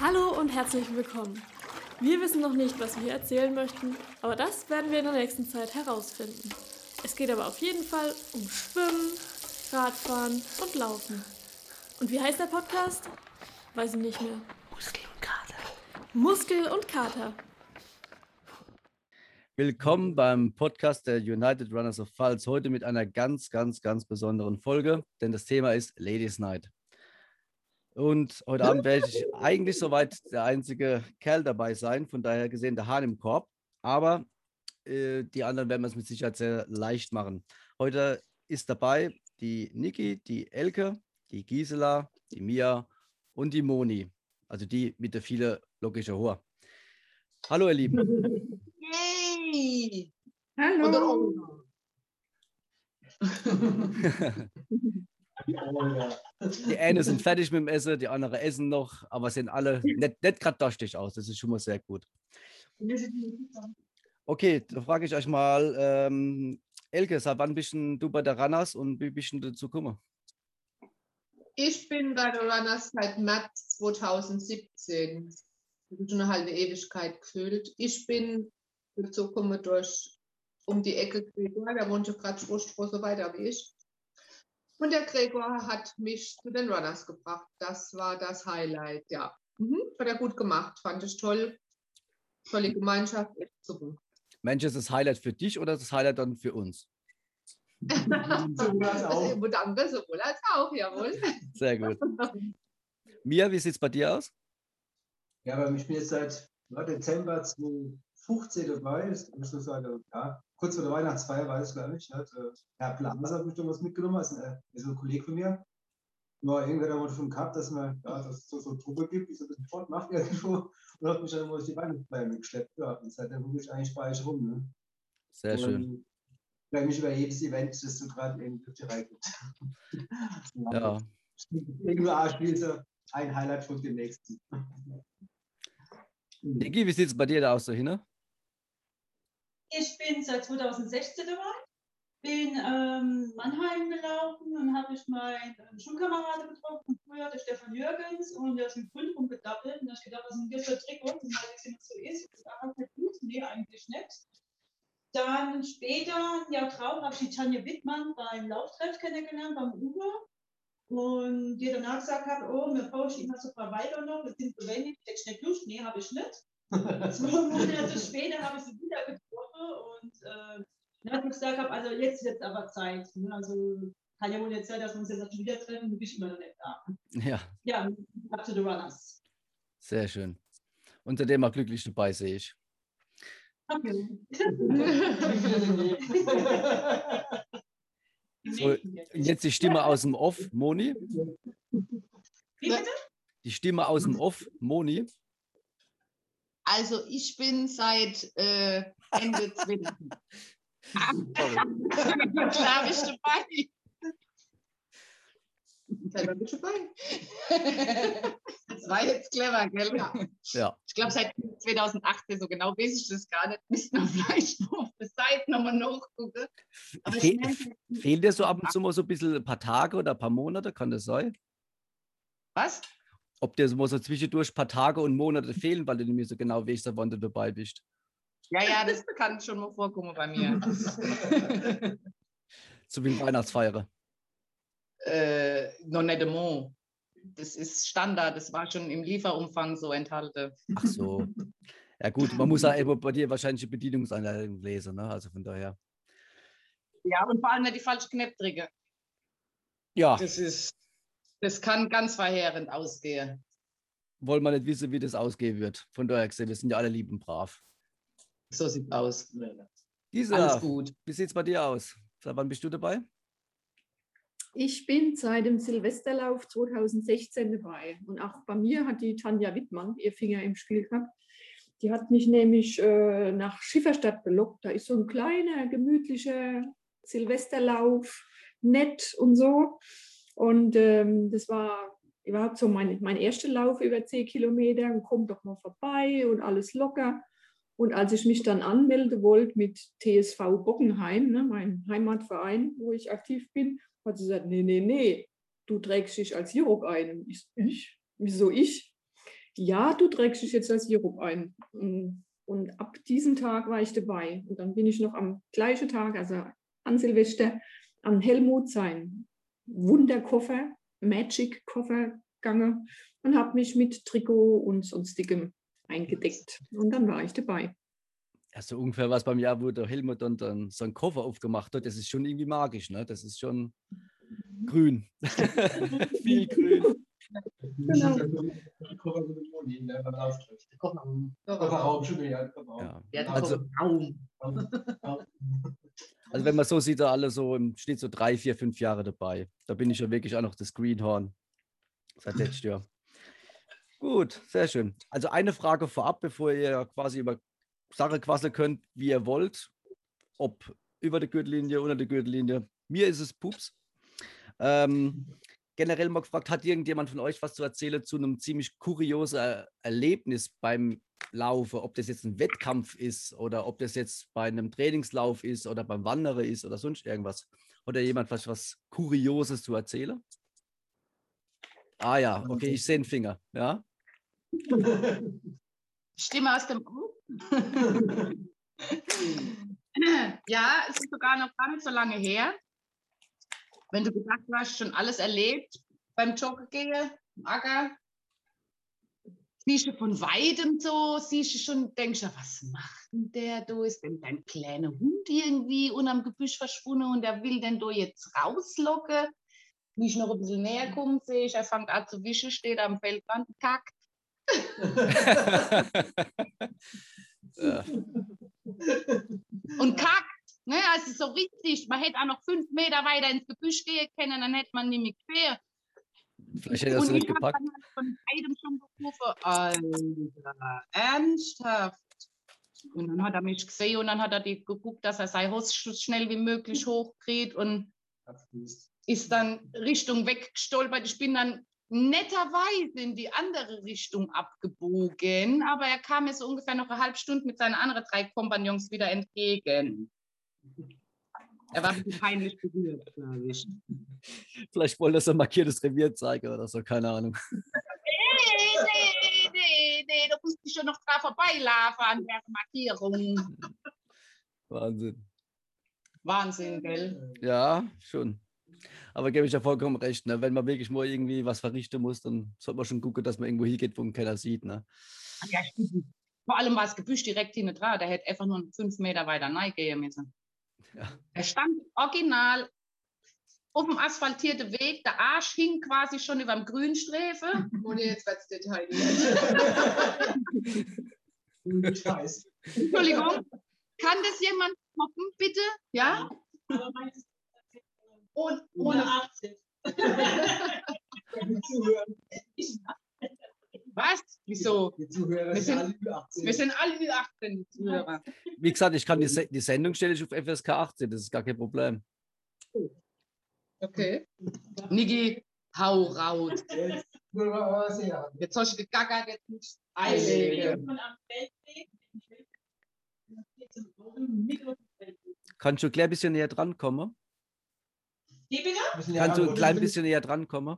Hallo und herzlich willkommen. Wir wissen noch nicht, was wir erzählen möchten, aber das werden wir in der nächsten Zeit herausfinden. Es geht aber auf jeden Fall um Schwimmen, Radfahren und Laufen. Und wie heißt der Podcast? Weiß ich nicht mehr. Muskel und Kater. Muskel und Kater. Willkommen beim Podcast der United Runners of Pfalz. Heute mit einer ganz besonderen Folge, denn das Thema ist Ladies Night. Und heute Abend werde ich eigentlich soweit der einzige Kerl dabei sein, von daher gesehen der Hahn im Korb. Aber die anderen werden wir es mit Sicherheit sehr leicht machen. Heute ist dabei die Niki, die Elke, die Gisela, die Mia und die Moni. Also die mit der vielen logischen Haar. Hallo ihr Lieben. Yay! Hallo. Die einen sind fertig mit dem Essen, die anderen essen noch, aber sind alle nicht gerade durstig aus. Das ist schon mal sehr gut. Okay, da frage ich euch mal, Elke, seit wann bist du bei der Runners und wie bist du dazu gekommen? Ich bin bei der Runners seit März 2017. Das ist schon eine halbe Ewigkeit gefühlt. Ich bin dazu gekommen durch um die Ecke Gregor, der wohnt ja gerade so weiter wie ich. Und der Gregor hat mich zu den Runners gebracht. Das war das Highlight, ja. Hat er gut gemacht, fand ich toll. Tolle Gemeinschaft, echt super. Mensch, ist das Highlight für dich oder das Highlight dann für uns? Sowohl als auch, jawohl. Sehr gut. Mia, wie sieht es bei dir aus? Ja, aber ich bin jetzt seit Dezember 2015 dabei. Das muss ich sagen, ja, kurz vor der Weihnachtsfeier war es, glaube ich. Herr Blaser hat mich da was mitgenommen, ist ein Kollege von mir. Nur irgendwer da mal schon gehabt, dass man dass es so eine Truppe gibt, die so ein bisschen Sport macht irgendwo und hat mich dann mal durch die Weihnachtsfeier mitgeschleppt. Ja, und seitdem bin ich eigentlich bei euch rum. Ne? Sehr schön. Ich freue mich über jedes Event, das du gerade in die Reihe gibt. Ja. Irgendwo spielt so ein Highlight von dem nächsten. Niki, wie sieht es bei dir da aus, so hin? Ich bin seit 2016 dabei, bin Mannheim gelaufen und habe ich meinen Schulkameraden getroffen, früher der Stefan Jürgens, und der ist im Grund rumgedappelt und da habe ich gedacht, was ist denn das für Trikot, und weil es immer so ist, das ist nicht gut, nee, eigentlich nicht. Dann später, ein Jahr drauf, habe ich die Tanja Wittmann beim Lauftreff kennengelernt, beim Uwe. Und die danach gesagt hat, oh, mir brauche ich immer so ein paar weiter noch, das sind so wenig, ich nicht Lust, nee, habe ich nicht. 2 Monate später habe ich sie wieder getroffen und dann habe ich gesagt, also jetzt wird aber Zeit. Ne? Also kann ja wohl jetzt sein, dass wir uns jetzt wieder treffen, du bist immer noch nicht da. Ja. Ja, up to the Runners. Sehr schön. Unter auch glücklich dabei, sehe ich. Okay. So, jetzt die Stimme aus dem Off, Moni. Wie bitte? Die Stimme aus dem Off, Moni. Also ich bin seit Ende 2000. Klar, bist du dabei. Selber bist du dabei. Das war jetzt clever, gell? Ja. Ich glaube, seit 2018, so genau weiß ich das gar nicht. Müssen wir vielleicht auf der Seite nochmal nachgucken. Fehlt dir so ab und zu mal so ein paar Tage oder ein paar Monate, kann das sein? Was? Ob dir so zwischendurch ein paar Tage und Monate fehlen, weil du nicht mehr so genau weißt, wann du dabei bist. Ja, das kann schon mal vorkommen bei mir. So wie ein Weihnachtsfeier. Noch nicht einmal. Das ist Standard, das war schon im Lieferumfang so enthalten. Ach so. Ja gut, man muss ja eben bei dir wahrscheinlich die Bedienungsanleitung lesen, ne? Also von daher. Ja, und vor allem nicht die falsche Knopfdrücke. Ja. Das kann ganz verheerend ausgehen. Wollen wir nicht wissen, wie das ausgehen wird. Von daher gesehen, wir sind ja alle lieb und brav. So sieht es aus. Gisela, alles gut. Wie sieht es bei dir aus? Seit wann bist du dabei? Ich bin seit dem Silvesterlauf 2016 dabei. Und auch bei mir hat die Tanja Wittmann ihr Finger im Spiel gehabt. Die hat mich nämlich nach Schifferstadt gelockt. Da ist so ein kleiner, gemütlicher Silvesterlauf, nett und so. Und das war überhaupt so mein erster Lauf über 10 Kilometer. Und komm doch mal vorbei und alles locker. Und als ich mich dann anmelden wollte mit TSV Bockenheim, ne, mein Heimatverein, wo ich aktiv bin, hat sie gesagt, nee, du trägst dich als Jurok ein. Und ich? Wieso ich? ja, du trägst dich jetzt als Sirup ein. Und ab diesem Tag war ich dabei. Und dann bin ich noch am gleichen Tag, also an Silvester, an Helmut sein Wunderkoffer, Magic-Koffer gegangen und habe mich mit Trikot und sonstigem eingedeckt. Und dann war ich dabei. Ja, so ungefähr was beim Jahr, wo der Helmut dann so einen Koffer aufgemacht hat. Das ist schon irgendwie magisch, ne? Das ist schon grün. Viel grün. Genau. Ja. Also wenn man so sieht, da alle so im Schnitt so 3, 4, 5 Jahre dabei. Da bin ich ja wirklich auch noch das Greenhorn seit letztes Jahr. Gut, sehr schön. Also eine Frage vorab, bevor ihr quasi über Sache quasseln könnt, wie ihr wollt. Ob über der Gürtellinie, unter der Gürtellinie. Mir ist es Pups. Generell mal gefragt, hat irgendjemand von euch was zu erzählen zu einem ziemlich kuriosen Erlebnis beim Laufen? Ob das jetzt ein Wettkampf ist oder ob das jetzt bei einem Trainingslauf ist oder beim Wandern ist oder sonst irgendwas. Oder jemand was Kurioses zu erzählen? Ah ja, okay, ich sehe den Finger. Ja? Stimme aus dem Ohr. Ja, es ist sogar noch gar nicht so lange her. Wenn du gedacht hast, schon alles erlebt beim Joggen gehen, im Acker, siehst du von Weitem so, siehst du schon, denkst du, was macht denn der da? Ist denn dein kleiner Hund irgendwie unterm Gebüsch verschwunden und der will denn da jetzt rauslocken? Wie ich noch ein bisschen näher komme, sehe ich, er fängt an zu wischen, steht am Feldrand, kackt. Ja. Und kackt. Ne, also so richtig, man hätte auch noch 5 Meter weiter ins Gebüsch gehen können, dann hätte man nämlich quer. Vielleicht hätte er es Und nicht ich habe gepackt. dann halt von beidem schon gerufen, Alter, ernsthaft? Und dann hat er mich gesehen und dann hat er geguckt, dass er sein Haus so schnell wie möglich hochkriegt und ist dann Richtung weggestolpert. Ich bin dann netterweise in die andere Richtung abgebogen, aber er kam mir so ungefähr noch eine halbe Stunde mit seinen anderen 3 Kompagnons wieder entgegen. Er war ein bisschen peinlich berührt, glaube ich. Vielleicht wollte er so ein markiertes Revier zeigen oder so, keine Ahnung. Nee, da musste ich schon noch dran vorbeilaufen an der Markierung. Wahnsinn. Wahnsinn, gell? Ja, schon. Aber gebe ich ja vollkommen recht. Ne? Wenn man wirklich mal irgendwie was verrichten muss, dann sollte man schon gucken, dass man irgendwo hingeht, wo keiner sieht. Ne? Ja, stimmt. Vor allem war das Gebüsch direkt hinten dran. Der hätte einfach nur 5 Meter weiter reingehen müssen. Ja. Er stand original auf dem asphaltierten Weg. Der Arsch hing quasi schon über dem Grünstreifen. Ohne jetzt was detailliert. Entschuldigung. Kann das jemand stoppen, bitte? Ja? Aber meins Ohne ohne 80. Was? Wieso? Die Zuhörer Wir sind- alle über 18. Wir sind alle wie 18 die Zuhörer. Wie gesagt, ich kann die Sendung stelle ich auf FSK 18, das ist gar kein Problem. Okay. Niki, hau raus. Jetzt nur mal was her. Jetzt hast du gegackert, jetzt nicht einlegen. Und am Feldweg, mit auf dem Feldweg. Kannst du ein klein bisschen näher dran kommen? Wie bitte? Kannst du ein klein bisschen näher dran kommen?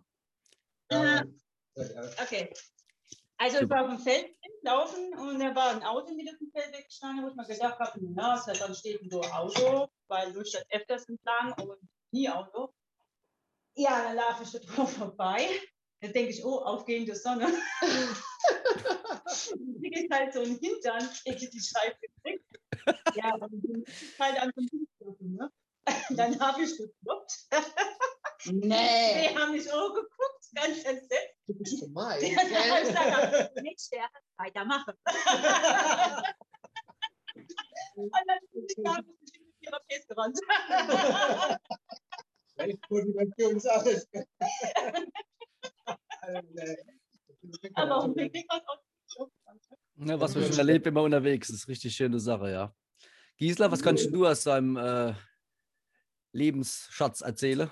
Okay. Also ich war auf dem Feldweg laufen und da war ein Auto mit auf dem Feldweg gestanden, wo ich mir gedacht habe, na, dann steht ein so ein Auto, weil durch das öfters entlang und nie Auto. Ja, dann laufe ich da drauf vorbei. Dann denke ich, oh, aufgehende Sonne. Dann ist halt so ein Hintern, die Scheibe gekriegt. Ja, und dann bin ich halt an den Hintern, ne? Dann habe ich geklopft. Nee. Die haben mich auch geguckt, ganz entsetzt. Du bist gemein, Ja, dann habe ich gell? gesagt, nicht sterben, weitermachen. Und dann bin ich da mit ihrer Pace gerannt. Motivationssache. Aber auf dem Weg war es auch so. Ja, was man schon erlebt, wenn man unterwegs ist. Richtig schöne Sache, ja. Gisela, was kannst du aus deinem Lebensschatz erzählen?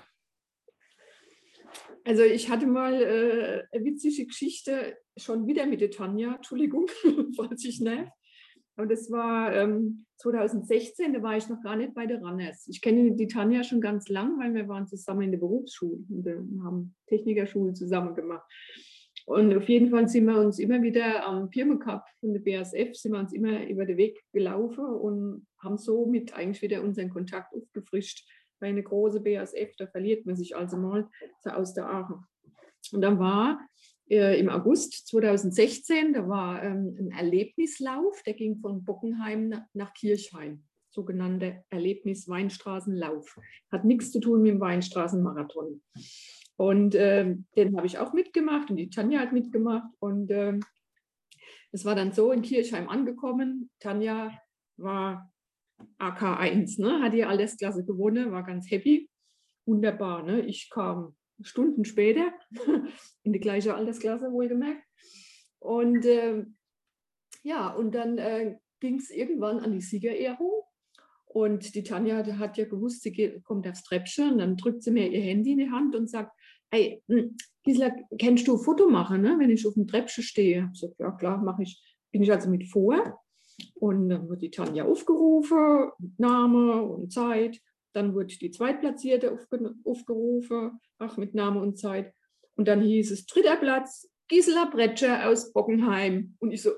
Also ich hatte mal eine witzige Geschichte, schon wieder mit der Tanja, Entschuldigung, falls ich nerv. Aber das war 2016, da war ich noch gar nicht bei der Runners. Ich kenne die Tanja schon ganz lang, weil wir waren zusammen in der Berufsschule und haben Technikerschule zusammen gemacht. Und auf jeden Fall sind wir uns immer wieder am Pirma Cup von der BASF, sind wir uns immer über den Weg gelaufen und haben somit eigentlich wieder unseren Kontakt aufgefrischt. Bei einer großen BASF, da verliert man sich also mal so aus der Aachen. Und dann war im August 2016, da war ein Erlebnislauf, der ging von Bockenheim nach Kirchhain, sogenannter Erlebnis-Weinstraßenlauf. Hat nichts zu tun mit dem Weinstraßenmarathon. Und den habe ich auch mitgemacht und die Tanja hat mitgemacht. Und es war dann so in Kirchheim angekommen. Tanja war AK1, ne? Hat die Altersklasse gewonnen, war ganz happy. Wunderbar, ne? Ich kam Stunden später in die gleiche Altersklasse, wohlgemerkt. Und ja, und dann ging es irgendwann an die Siegerehrung. Und die Tanja hat ja gewusst, sie kommt aufs Treppchen. Und dann drückt sie mir ihr Handy in die Hand und sagt, hey, Gisela, kannst du ein Foto machen, ne, wenn ich auf dem Treppchen stehe? Ich sage, ja klar, mache ich. Bin ich also mit vor. Und dann wird die Tanja aufgerufen, Name und Zeit. Dann wurde die Zweitplatzierte aufgerufen, auch mit Name und Zeit. Und dann hieß es, 3. Platz, Gisela Bretscher aus Bockenheim. Und ich so,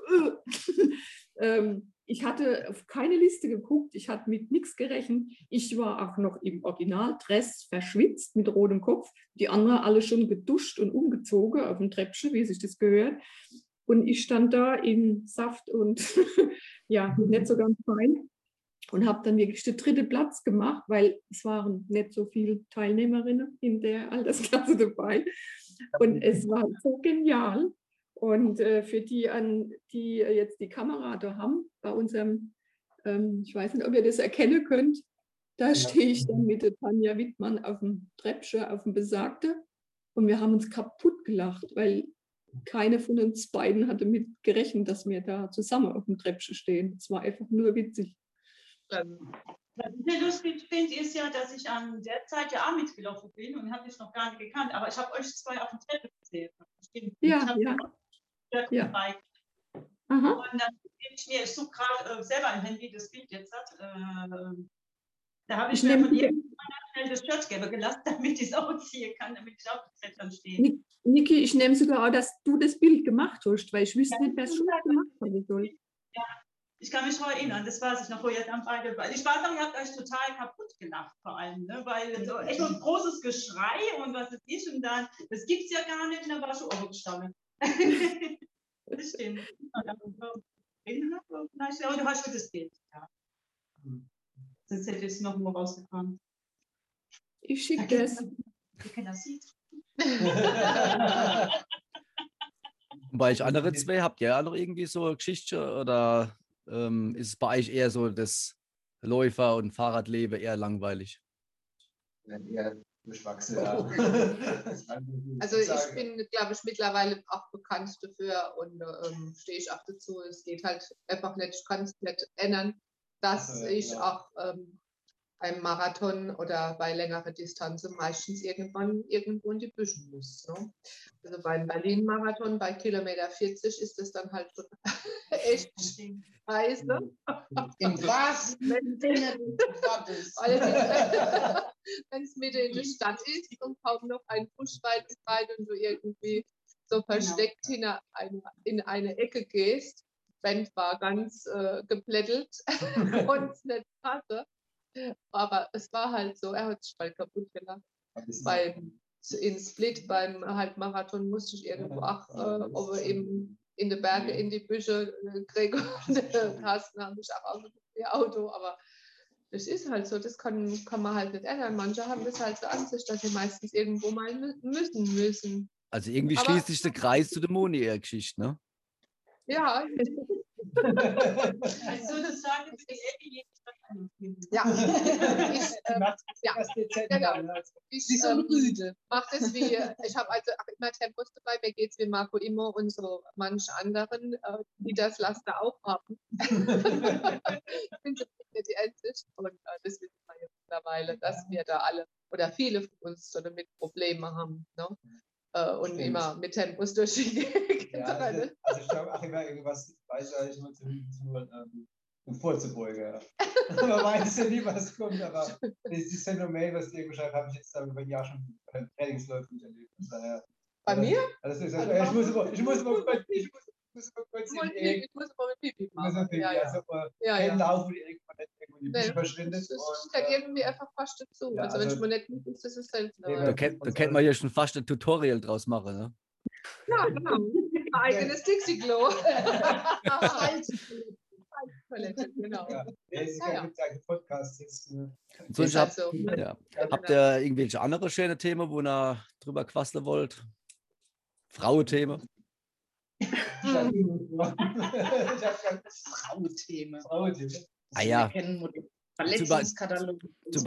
ich hatte auf keine Liste geguckt, ich hatte mit nichts gerechnet. Ich war auch noch im Originaldress verschwitzt mit rotem Kopf. Die anderen alle schon geduscht und umgezogen auf dem Treppchen, wie sich das gehört. Und ich stand da in Saft und ja, nicht so ganz fein. Und habe dann wirklich den 3. Platz gemacht, weil es waren nicht so viele Teilnehmerinnen in der Altersklasse dabei. Und es war so genial. Und für die, die jetzt die Kamera da haben, bei unserem, ich weiß nicht, ob ihr das erkennen könnt, da stehe ich dann mit der Tanja Wittmann auf dem Treppchen, auf dem Besagte. Und wir haben uns kaputt gelacht, weil keine von uns beiden hatte mit gerechnet, dass wir da zusammen auf dem Treppchen stehen. Es war einfach nur witzig. Was ich sehr lustig finde, ist ja, dass ich an der Zeit ja auch mitgelaufen bin und habe dich noch gar nicht gekannt, aber ich habe euch zwei auf dem Treppe gesehen. Ja, ja. Aha. Und dann ich suche gerade selber ein Handy, das Bild jetzt hat. Da habe ich mir von irgendjemandem schnell das Shirt gelassen, damit ich es ausziehen kann, damit ich auf dem Treppchen stehe. Niki, ich nehme sogar auch, dass du das Bild gemacht hast, weil ich wüsste nicht, wer es schon gemacht hat. Ja. Ich kann mich noch erinnern, das weiß ich noch, wo ihr dann beide war. Ich weiß noch, ihr habt euch total kaputt gelacht vor allem, ne? Weil so echt so ein großes Geschrei und was ist ich und dann, das gibt es ja gar nicht und dann war ich schon aufgestanden. Das stimmt. Aber du hast schon das Bild, ja. Sonst hätte ich es noch mal rausgekommen. Ich schicke das. Wie kann das sieht. Bei euch andere zwei, habt ihr ja noch irgendwie so eine Geschichte oder ist es bei euch eher so das Läufer- und Fahrradleben eher langweilig? Ja, eher durchwachsen, ja. Also ich bin, glaube ich, mittlerweile auch bekannt dafür und stehe ich auch dazu. Es geht halt einfach nicht, ich kann es nicht ändern, dass ich auch beim Marathon oder bei längerer Distanz meistens irgendwo in die Büsche muss. Ne? Also beim Berlin-Marathon bei Kilometer 40 ist es dann halt schon echt scheiße. Im wahrsten Sinne des Wortes. Wenn es mitten in der Stadt ist und kaum noch ein Buschwald ist und du irgendwie so versteckt in eine Ecke gehst. Band war ganz geplättelt und nicht passe. Aber es war halt so, er hat sich bald kaputt gelacht. In Split beim Halbmarathon musste ich irgendwo auch in den Berge, in die Büsche kriegen. Carsten hat mich auch ausgesucht, ihr Auto. Aber das ist halt so, das kann man halt nicht ändern. Manche haben das halt so an sich, dass sie meistens irgendwo mal müssen. Also irgendwie schließt sich der Kreis zu der Moni-Geschichte, ne? Ja. Also das sagen die ja. Ich mache das wie, ich habe also auch immer Tempos dabei, mir geht es wie Marco Immo und so manche anderen, die das Laster auch haben. Ich bin so nicht die Einzige und das wissen wir jetzt mittlerweile, dass wir da alle oder viele von uns so damit Probleme haben. Ne? Und stimmt. Immer mit Tempos durch die Gegend. Ja, also ich glaube auch immer irgendwas weiter um vorzubeugen. Man weiß ja nie, was kommt, aber dieses Phänomen, was ihr beschreibt, habe ich jetzt über ein Jahr schon bei Trainingsläufen erlebt. Daher Bei mir? Also, ich muss mal kurz Ich muss mal mit Pipi machen. Ja, ja. Also, Ja, kein ja. Lauf, wo die irgendwann nicht irgendwo die Büsche Nee, verschwindet. das gehört irgendwie einfach fast dazu. ja, Also wenn also- ich mal nicht muss, ist das seltener. Eben. Da kennt man ja schon fast ein Tutorial draus machen, ne? Ja, genau. Ein eigenes Dixie-Klo. Toilette, genau. Ja, das ist Ja, ja. ein guter Podcast. Jetzt, So, Ist halt so. ja. Habt ihr irgendwelche andere schöne Themen, wo ihr drüber quasseln wollt? Frauenthemen? ich hab Frauenthemen. Frauenthemen. Ah ja, Verletzungskatalog. zum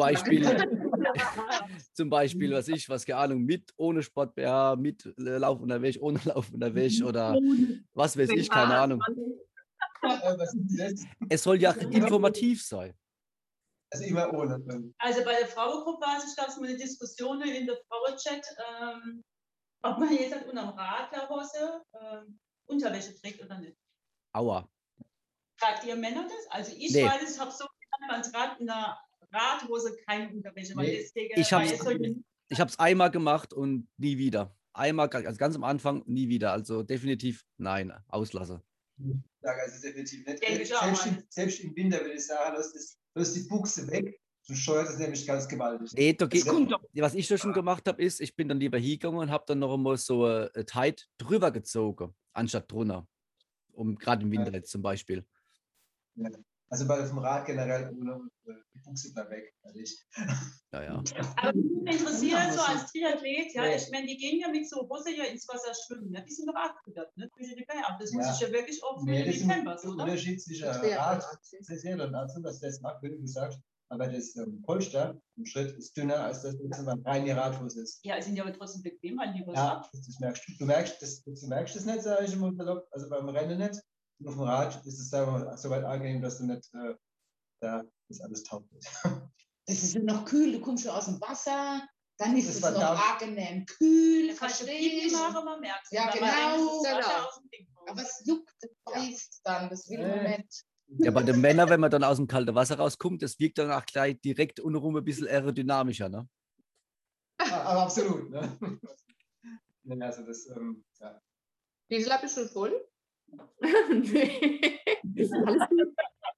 Beispiel, was keine Ahnung, mit, ohne Sport BH, mit Lauf unterwegs, ohne Lauf unterwegs oder was weiß ich, keine Ahnung. Was ist das? Es soll ja informativ sein. Also immer ohne. Also bei der Frauengruppe gab es mal eine Diskussion in der Frauenchat, ob man jetzt halt unterm Radlerhose Unterwäsche trägt oder nicht. Aua. Tragt ihr Männer das? Also ich Nee. weiß, ich habe so ans Rad in der Radhose keine Unterwäsche, weil Nee. deswegen, Ich hab's- weil es soll- Ich habe es einmal gemacht und nie wieder. Einmal, also ganz am Anfang, nie wieder. Also definitiv nein, auslasse. Also definitiv nicht. Denke ich auch, Selbst im Winter würde ich sagen, lass die Buchse weg. Du steuert es nämlich ganz gewaltig. Nee, da geht, kommt doch. was ich da schon gemacht habe, ist, ich bin dann lieber hingegangen und habe dann noch einmal so ein Tight drüber gezogen, anstatt drunter. Gerade im Winter jetzt zum Beispiel. Also bei dem Rad generell ohne die Buchse bleibt weg. Ehrlich. Ja, ja. Aber mich interessiert so als Triathlet, ja, Nee. ich meine, die gehen ja mit so Hose ja ins Wasser schwimmen, ne? Die sind doch abgedeckt, ne? Zwischen die Beine. Aber das muss Ja. ich ja wirklich auch Nee, das mit ist Canvas, ein oder? Unterschied zwischen Triathlon Rad, anziehen. das ist ja dann dazu, dass das macht, wie du sagst, aber das Polster im Schritt ist dünner, als das, was eine reine Radhose ist. Ja, sind ja aber trotzdem bequem, weil die Hose Ja, ab. das merkst du. Du merkst das nicht, sage ich immer salopp, also beim Rennen nicht. Und auf dem Rad ist es sagen wir mal, so weit angenehm, dass du nicht da ist alles taub wird. Das ist noch kühl, du kommst schon aus dem Wasser, dann ist Das es war noch da- angenehm kühl, Das heißt, verstehe die ich. machen, man merkt es. Ja, Aber genau, dann ist das Wasser genau. aus dem Ding raus. Aber es juckt, es beißt dann, das will man Nee. nicht. Ja, bei den Männern, wenn man dann aus dem kalten Wasser rauskommt, das wirkt dann auch gleich direkt untenrum ein bisschen aerodynamischer, ne? Aber absolut. Ne? Ja, also das, ja. Wie viel habe ich schon voll? Nee. Alles gut.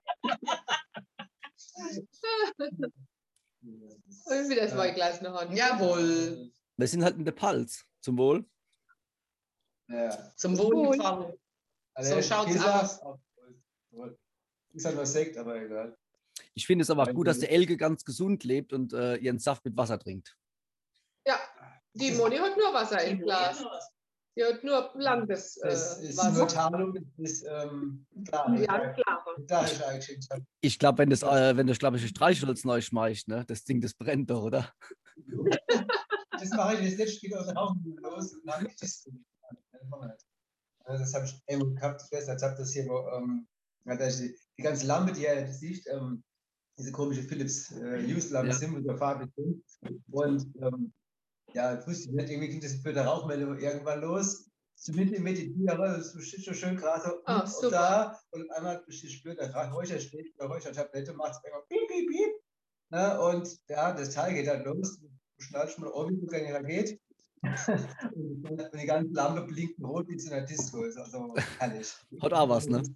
Und wieder zwei Glas noch an. Jawohl, Wir sind halt in der Palz. Zum Wohl. Ja. zum Wohl, Frau. Also, So schaut's Pisa- aus. Ist halt nur Sekt, aber egal. Ich finde es aber auch gut, dass der Elke ganz gesund lebt und ihren Saft mit Wasser trinkt. Ja, die Moni hat nur Wasser im Glas. Die hat nur blankes Das ist nur Wasser. Tarnung, das ist klar. Ja, klar. Da ist eigentlich schon. Ich glaube, wenn das schlappige Streichholz neu schmeißt, ne, das Ding, das brennt doch, oder? Das mache ich jetzt nicht, spiele aus der Rauchen los und dann habe ich das gemacht. Das habe ich eben gehabt, ich habe das hier, die ganze Lampe, die ihr siehst, diese komische Philips Hue-Lampe Ja. sind mit der Farbe drin. Und ja, ich wusste nicht, irgendwie ging das für der Rauchmeldung irgendwann los. Zumindest mit den Tieren, das ist so schön gerade so Ah, und super. da und einmal habe ich gespürt, der Räucher steht, der Räuchertablette macht es immer piep, piep, piep. Ne? Und ja, das Teil geht dann los. Du schnallst mal auf, wie es dann geht. Und die ganze Lampe blinkt rot wie zu einer Disco. Ist also herrlich. Hat auch was, ne?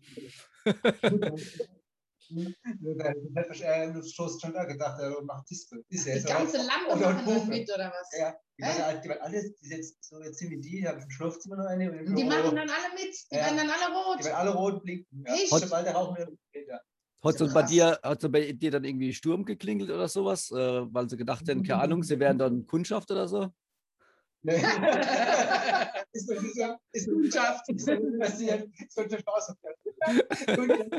Du hast schon da gedacht, er macht Disco. Ist ja Die jetzt ganze aber- Lampe und machen Buche. das mit, oder was? Ja, die werden alle, die jetzt so jetzt sind wie die haben im Schlafzimmer noch eine. Und die machen dann alle mit, die Ja. werden dann alle Die rot. werden alle rot blinken. Ja. Echt? Sobald der Rauch mehr geht, ja. Hat so Ja, bei krass. dir dann irgendwie Sturm geklingelt oder sowas, weil sie gedacht hätten, keine Ahnung, sie wären dann Kundschaft oder so? Nee. ist Kundschaft. Ist passiert. Sollte Spaß haben.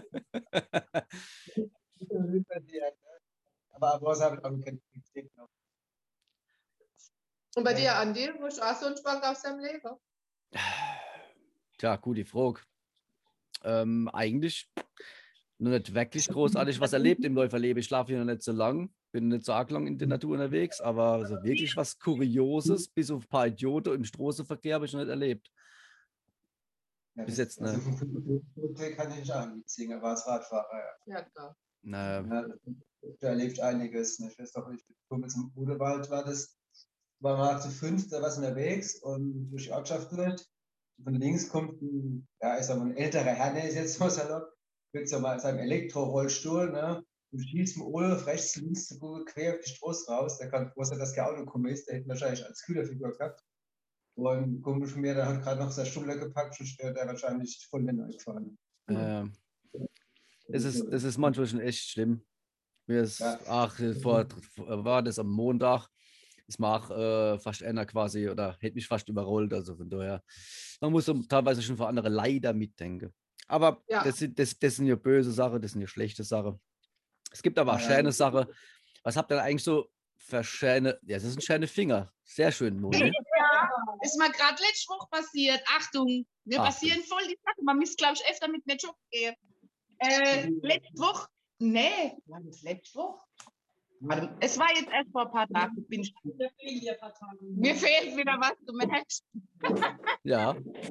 Aber was habe ich auch keine Qualität noch. Und bei dir, Andi, musst du auch so einen Schwank aus deinem Leben? Tja, gute Frage. Eigentlich noch nicht wirklich großartig was erlebt im Läuferleben. Ich schlafe hier noch nicht so lang, bin nicht so arg lang in der Natur unterwegs, aber so wirklich was Kurioses, bis auf ein paar Idioten im Straßenverkehr, habe ich noch nicht erlebt. Ja, Bis jetzt, ne? Also vom kann ich nicht auch nicht singen, aber als Radfahrer, Ja, klar. Na, ja. Da erlebt einiges. Ne? Ich weiß doch nicht, Kumpels im Bruderwald war das. waren wir zu 5 da was unterwegs und durch die Ortschaft durch. Von links kommt ich sag mal, ein älterer Herr, der ist jetzt mal salopp, mit so mal seinem Elektrorollstuhl, ne? Und schießt mit ohne auf rechts, links, so gut quer auf die Straße raus. Der kann froh sein, dass kein Auto gekommen ist. Der hätte wahrscheinlich als Kühlerfigur gehabt. Und ein Kumpel von mir, der hat gerade noch seine Schulter gepackt und der wahrscheinlich voll in den gefahren. Das ist manchmal schon echt schlimm. Mir ist, Ja. war das am Montag, ist mir auch fast einer quasi oder hätte mich fast überrollt. Also von daher, man muss so teilweise schon für andere leider mitdenken. Aber Ja. das sind ja böse Sachen, das sind ja schlechte Sachen. Es gibt aber auch schöne Sachen. Was habt ihr denn eigentlich so für schöne, ja, das sind schöne Finger. Sehr schön, Moni. Ja, ist mir gerade letzte Woche passiert. Achtung, mir passieren voll die Sachen. Man muss, glaube ich, öfter mit mir joggen gehen. Letzte Woche, war das letzte Woche? Warte, es war jetzt erst vor ein paar Tagen. Mir fehlt wieder was, du merkst. Ja.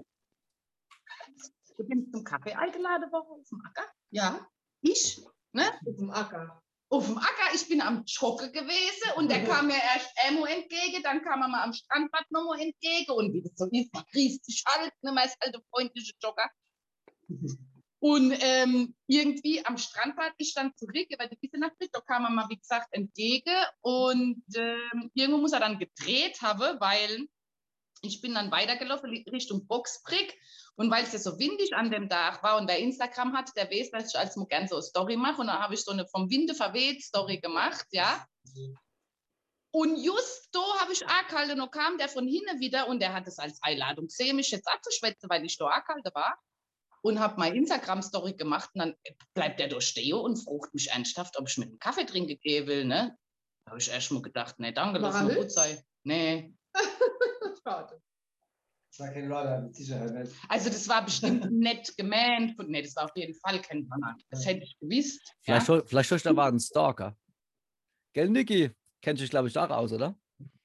Du bist zum Kaffee eingeladen worden auf dem Acker? Ja. Ich? Ne? Auf dem Acker. Auf dem Acker, ich bin am Joggen gewesen und der kam mir erst einmal entgegen, dann kam er mal am Strandbad nochmal entgegen und wie das so ist, man grüßt sich halt, ne, man ist halt ein freundlicher Jogger. Und irgendwie am Strandbad, ich stand zurück, weil die bisschen nach da kam er mal, wie gesagt, entgegen und irgendwo muss er dann gedreht haben, weil ich bin dann weitergelaufen Richtung Boxbrick und weil es ja so windig an dem Tag war und wer Instagram hat, der weiß, dass ich als mal gerne so eine Story mache und dann habe ich so eine vom Winde verweht Story gemacht, ja. Und just da habe ich angehalten, noch kam der von hinten wieder und der hat es als Einladung gesehen, mich jetzt abzuschwätzen, weil ich da angehalten war und habe meine Instagram-Story gemacht und dann bleibt der da stehen und fragt mich ernsthaft, ob ich mit einem Kaffee trinken gehen will, ne. Da habe ich erst mal gedacht, nee, danke, lass mal gut sein. Nee. Schade. Das war kein Roller, mit Sicherheit nicht. Also das war bestimmt nett gemeint. Nee, das war auf jeden Fall kein Banner. Das hätte ich gewusst. Vielleicht hast du da war ein Stalker. Gell, Niki? Kennst du dich, glaube ich, auch aus, oder?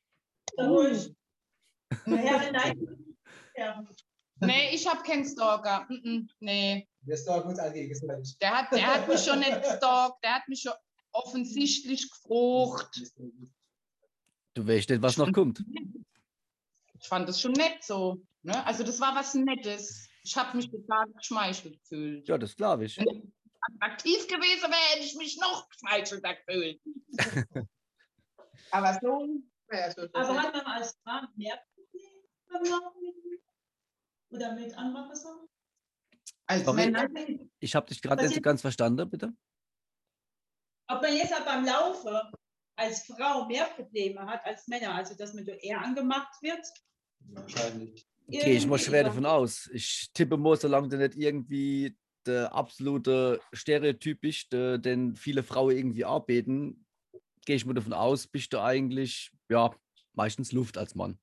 Nee, ich habe keinen Stalker. Nee. Der stalkt uns alle gegenseitig. Der hat mich schon nicht gestalkt. Der hat mich schon offensichtlich gefragt. Du weißt nicht, was noch kommt. Ich fand das schon nett so. Ne? Also das war was Nettes. Ich habe mich total geschmeichelt gefühlt. Ja, das glaube ich. Wenn ich attraktiv gewesen wäre, hätte ich mich noch geschmeichelter gefühlt. Aber so. Ja, so Aber hat man als Frau mehr Probleme beim Laufen mit ihm? Oder mit anderen Personen? Als Sorry, Männer. ich habe dich gerade nicht so ganz verstanden, bitte. Ob man jetzt auch beim Laufen als Frau mehr Probleme hat als Männer, also dass man da eher angemacht wird? Wahrscheinlich. Gehe ich mal schwer davon aus. Ich tippe mal, solange du nicht irgendwie der absolute Stereotyp bist, den viele Frauen irgendwie arbeiten, gehe ich mal davon aus, bist du eigentlich ja meistens Luft als Mann.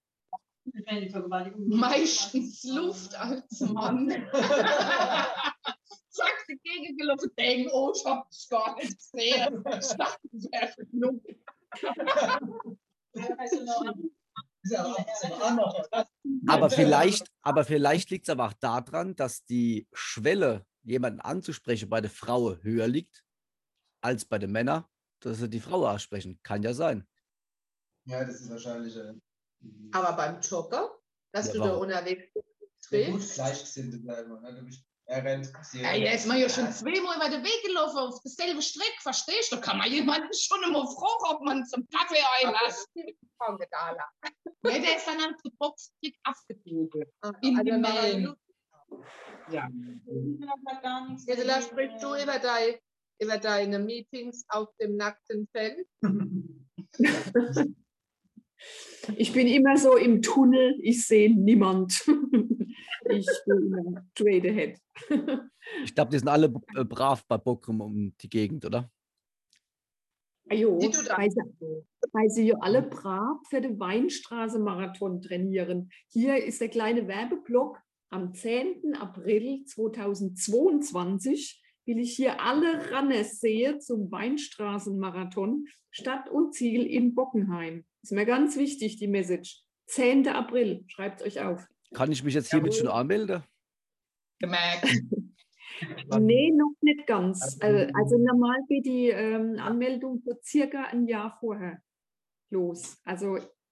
Meistens Luft als Mann. Zack, dagegen gelaufen, denken, oh, ich hab dich gar nicht gesehen. Ich dachte, das wäre genug. Aber vielleicht liegt es aber auch daran, dass die Schwelle, jemanden anzusprechen, bei der Frau höher liegt als bei den Männern, dass sie die Frau ansprechen. Kann ja sein. Ja, das ist wahrscheinlich. Aber beim Jogger, dass Ja, du da warum? unterwegs Ja, gut, triffst, Gleichgesinnte bleiben. Ne? Du bist, er rennt. Ja, jetzt ist man ja schon zweimal über den Weg gelaufen, auf dasselbe Strecke, verstehst du? Da kann man jemanden schon immer fragen, ob man zum Kaffee einlässt. Ja, der ist dann an der Boxtrick abgebogen. In die Mähen. Ja. Gisela, sprichst du über deine Meetings auf dem nackten Feld? Ich bin immer so im Tunnel, ich sehe niemand. Ich bin immer straight ahead. Ich glaube, die sind alle brav bei Bochum um die Gegend, oder? Jo, Die tut weil sie ja alle brav für den Weinstraße-Marathon trainieren. Hier ist der kleine Werbeblock. Am 10. April 2022 will ich hier alle Runners sehen zum Weinstraßenmarathon Stadt und Ziel in Bockenheim. Ist mir ganz wichtig, die Message. 10. April, schreibt euch auf. Kann ich mich jetzt hiermit schon anmelden? Gemerkt. Nee, noch nicht ganz. Also normal geht die Anmeldung so circa ein Jahr vorher los. Also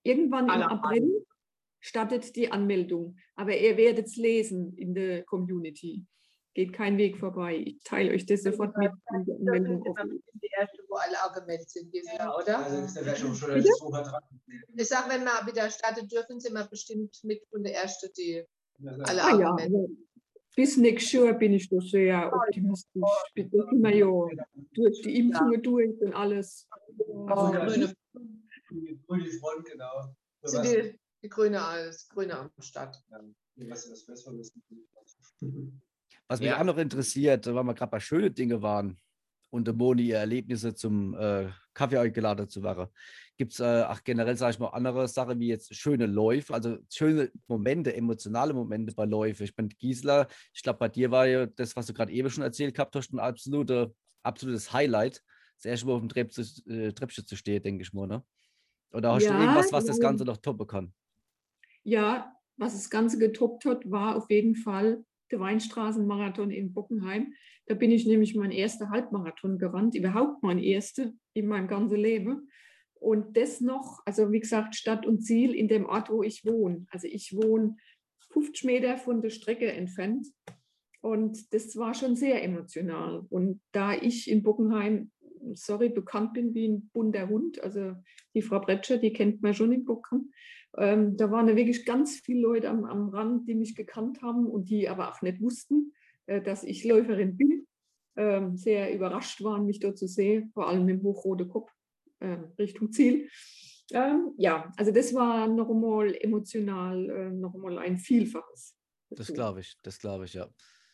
Irgendwann im Alle April startet die Anmeldung. Aber ihr werdet es lesen in der Community. Geht kein Weg vorbei. Ich teile euch das sofort mit, wenn die Anmeldung offen ist. Die erste, wo alle angemeldet sind, Gisela, oder? Also, da wäre schon Bitte? dran. Ich sage, wenn wir wieder starten dürfen, sind wir bestimmt mit von der ersten, die alle Ah ja, angemeldet aber bis nächstes Jahr bin ich doch sehr optimistisch. Bis da sind wir ja durch die Impfungen durch und alles. Oh, Ja, grüne, Grüne Front, genau. sind die Grüne am Start. Ja, was vermissen. Was mich Ja. auch noch interessiert, weil wir gerade bei schönen Dingen waren und der Moni ihr Erlebnisse zum Kaffee eingeladen zu waren, gibt es auch generell, sage ich mal, andere Sachen wie jetzt schöne Läufe, also schöne Momente, emotionale Momente bei Läufen. Ich bin Gisela, ich glaube, bei dir war ja das, was du gerade eben schon erzählt gehabt hast, ein absolutes Highlight. Das erste Mal auf dem Treppchen zu stehen, denke ich mal, ne? Oder hast du Ja, irgendwas, was das ja. Ganze noch toppen kann? Ja, was das Ganze getoppt hat, war auf jeden Fall der Weinstraßenmarathon in Bockenheim. Da bin ich nämlich mein erster Halbmarathon gerannt, überhaupt mein erster in meinem ganzen Leben. Und das noch, also wie gesagt, Stadt und Ziel in dem Ort, wo ich wohne. Also ich wohne 50 Meter von der Strecke entfernt. Und das war schon sehr emotional. Und da ich in Bockenheim, bekannt bin wie ein bunter Hund, also die Frau Bretscher, die kennt man schon in Bockenheim, da waren ja wirklich ganz viele Leute am Rand, die mich gekannt haben und die aber auch nicht wussten, dass ich Läuferin bin. Sehr überrascht waren, mich dort zu sehen, vor allem im hochroten Kopf Richtung Ziel. Ja, also das war noch einmal emotional, noch einmal ein Vielfaches. Das glaube ich, ja.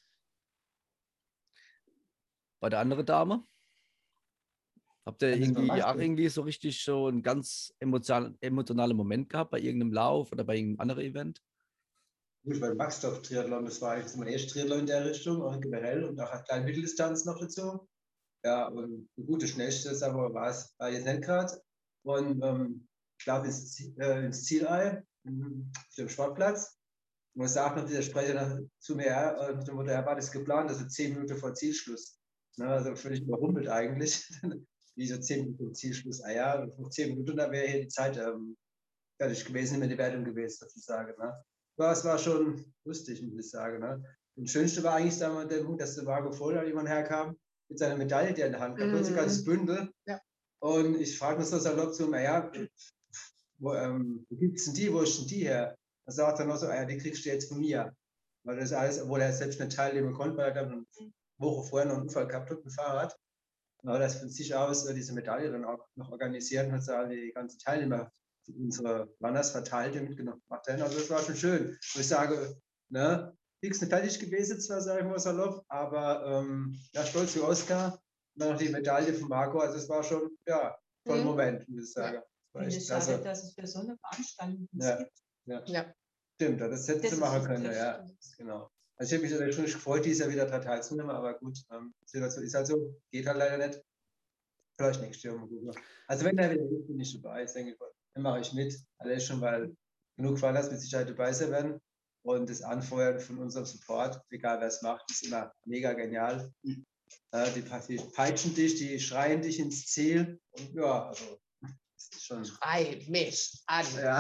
Bei der anderen Dame? Habt ihr irgendwie so richtig so einen ganz emotionalen Moment gehabt bei irgendeinem Lauf oder bei irgendeinem anderen Event? Gut, beim Backstoff-Triathlon, das war eigentlich mein erstes Triathlon in der Richtung, auch generell und auch eine kleine Mitteldistanz noch dazu. Ja, und eine gute Schnellste, aber war jetzt nicht gerade. Und ich glaube ins Zielei, auf dem Sportplatz. Und es sagt noch dieser Sprecher zu mir, mit dem Motto, er war das geplant, also 10 Minuten vor Zielschluss. Ne, also völlig überrumpelt eigentlich. Wie so 10 Minuten vor Zielschluss. Ah ja, noch 10 Minuten, da wäre hier die Zeit fertig gewesen, mit der Wertung gewesen, sozusagen. Ne? Aber es war schon lustig, muss ich sagen. Ne? Und das Schönste war eigentlich, sagen wir, der Punkt, dass der Vago Voller jemand herkam mit seiner Medaille, die er in der Hand hat, plötzlich ein ganzes Bündel. Ja. Und ich frage mich so salopp zu, naja, wo gibt es denn die, wo ist denn die her? Da sagt er noch so, die kriegst du jetzt von mir. Weil das alles, obwohl er selbst nicht teilnehmen konnte, weil er eine Woche vorher noch einen Unfall gehabt hat mit dem Fahrrad. Aber das von sich aus diese Medaille dann auch noch organisiert und hat so die ganzen Teilnehmer unsere Runners verteilt und mitgenommen. Also das war schon schön. Und ich sage, ne, fix nicht fertig gewesen zwar, sage ich mal salopp, aber ja, stolz wie Oscar. Und dann noch die Medaille von Marco. Also es war schon, ja, voll Moment, muss ich sagen. War echt klasse. Dass es für so eine Veranstaltung Ja. gibt. Ja. Stimmt, das hätte sie machen können, das ja, genau. Also ich habe mich schon gefreut, dieses Jahr wieder daran teilzunehmen, aber gut, ist halt so, geht halt leider nicht. Vielleicht nächstes Jahr mal gucken. Also wenn der wieder ist, bin ich dabei, ich denke, dann mache ich mit. Allein schon, weil genug Fallers mit Sicherheit dabei sein werden. Und das Anfeuern von unserem Support, egal wer es macht, ist immer mega genial. Die peitschen dich, die schreien dich ins Ziel. Und ja, also das ist schon. Schrei mich an. Ja.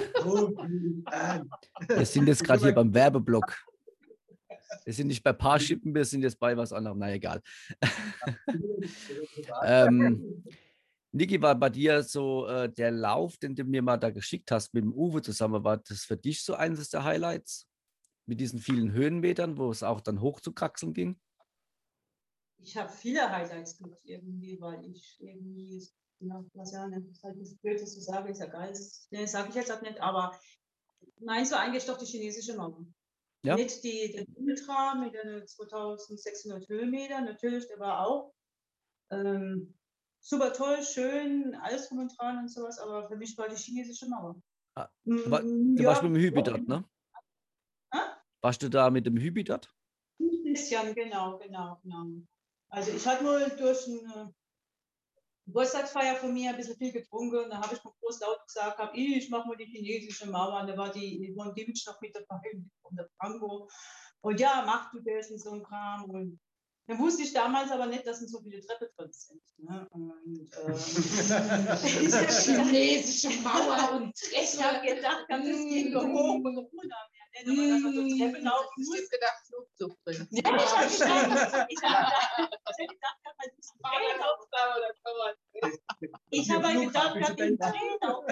Wir sind jetzt gerade hier beim Werbeblock. Wir sind nicht bei Paarschippen, wir sind jetzt bei was anderem. Na egal. Niki, war bei dir so der Lauf, den du mir mal da geschickt hast, mit dem Uwe zusammen, war das für dich so eines der Highlights? Mit diesen vielen Höhenmetern, wo es auch dann hoch zu kraxeln ging? Ich habe viele Highlights gehabt irgendwie, weil ich irgendwie, ja, was ja nicht, ist halt das Blöde zu sagen, ist ja geil, das sage ich jetzt auch nicht, aber nein, so eigentlich doch die chinesische Mauer. Ja. Nicht der Ultra mit den 2600 Höhenmetern, natürlich, der war auch super toll, schön, alles drum und dran und sowas, aber für mich war die chinesische Mauer. Du warst mit dem Hübi dort, ne? Warst du da mit dem Hübi dort? Ein bisschen, genau. Also ich hatte nur durch eine Geburtstagsfeier von mir ein bisschen viel getrunken. Da habe ich mal groß laut gesagt, ich mache mal die chinesische Mauer. Und da war die Yvonne Dimmitsch noch mit dabei und der Franco. Und ja, mach du das und so ein Kram. Und Da wusste ich damals aber nicht, dass so viele Treppen drin sind. Ne? Und, Chinesische Mauer und ich habe gedacht, das geht nur hoch und runter. Aber dass man so Treppen laufen Ich muss. hätte gedacht, Flugzeug drin. Ja, ich habe gedacht, ich habe halt gedacht, dass den Trainer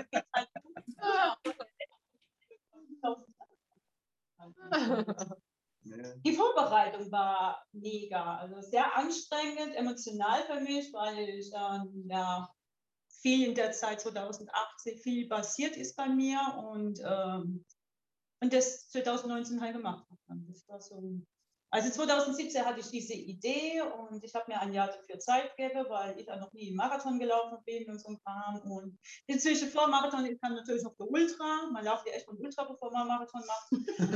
Die Vorbereitung war mega, also sehr anstrengend, emotional für mich, weil ich dann ja viel in der Zeit 2018 viel passiert ist bei mir und das 2019 halt gemacht habe. Das war so. Also 2017 hatte ich diese Idee und ich habe mir ein Jahr dafür Zeit gegeben, weil ich ja noch nie einen Marathon gelaufen bin und so ein Kram. Und inzwischen vor Marathon ist dann natürlich noch der Ultra. Man läuft ja echt von Ultra, bevor man einen Marathon macht.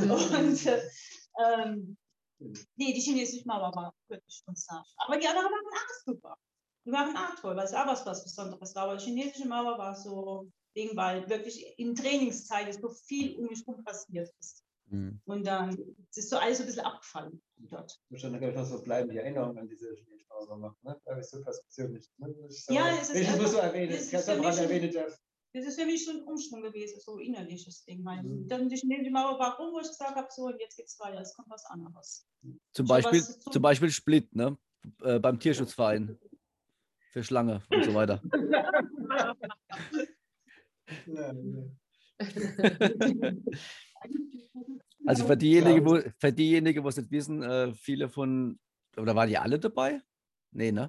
Und nee, die chinesische Mauer war wirklich schon sagen. Aber die anderen waren auch super. Die waren auch toll, weil es auch was Besonderes war. Aber die chinesische Mauer war so Ding, weil wirklich in Trainingszeit ist so viel um mich herum passiert ist. Und dann ist so alles so ein bisschen abgefallen dort. Wahrscheinlich habe ich noch so bleibende Erinnerungen an diese Schneestraße gemacht, ne? Da ist so persönlich. Ne? Ja, es ist ich muss so erwähnen, das ich habe daran erwähnt. Das ist für mich schon ein Umschwung gewesen, so innerliches Ding. Dann die chinesische Mauer war rum, wo ich gesagt habe, so, und jetzt geht's weiter, es kommt was anderes. Zum Beispiel Split, ne? Beim Tierschutzverein. Für Schlange und so weiter. Also für diejenigen, die es nicht wissen, viele von, oder waren die alle dabei? Nee, ne?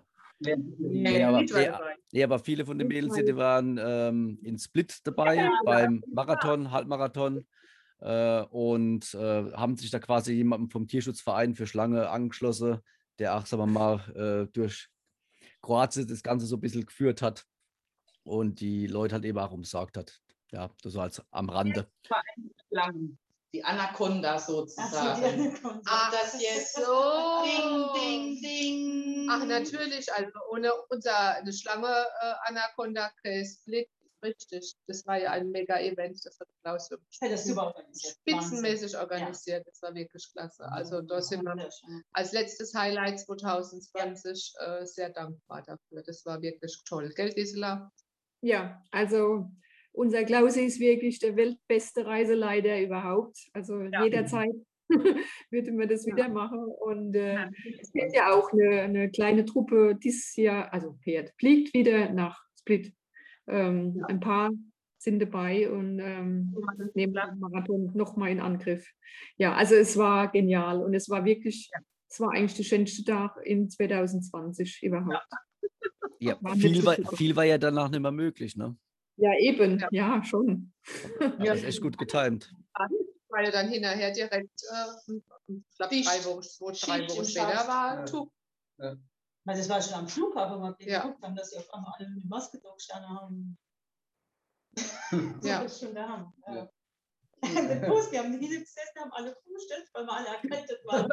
Aber viele von den Mädels, die waren in Split dabei, beim Marathon, Halbmarathon und haben sich da quasi jemandem vom Tierschutzverein für Schlange angeschlossen, der auch, sagen wir mal, durch Kroatien das Ganze so ein bisschen geführt hat und die Leute halt eben auch umsorgt hat. Ja, das war als am Rande. Die Anaconda sozusagen. Ach, das jetzt so. Ding, ding, ding. Ach, natürlich. Also ohne eine Schlange Anaconda Split, richtig. Das war ja ein Mega-Event. Das hat Klaus spitzenmäßig organisiert. Das war wirklich klasse. Also da sind wir als letztes Highlight 2020 sehr dankbar dafür. Das war wirklich toll. Gell, Gisela? Ja, also unser Klausi ist wirklich der weltbeste Reiseleiter überhaupt. Also jederzeit würde man das wieder machen. Und es wird ja auch eine kleine Truppe dieses Jahr, also fliegt wieder nach Split. Ein paar sind dabei und nehmen den Marathon nochmal in Angriff. Ja, also es war genial und es war wirklich, es war eigentlich der schönste Tag in 2020 überhaupt. Ja, viel war ja danach nicht mehr möglich, ne? Ja, eben, ja schon. Das ist echt gut getimt. Weil dann hinterher direkt, ich glaube, 3 Wochen später war Tuch. Weil das war schon am Flughafen, wo wir geguckt haben, dass sie auf einmal alle eine Maske durchgestanden haben. Das ist schon der Hammer. Ja. Der Bus, wir haben hier gesessen, haben alle rumgestellt, weil wir alle erkältet waren.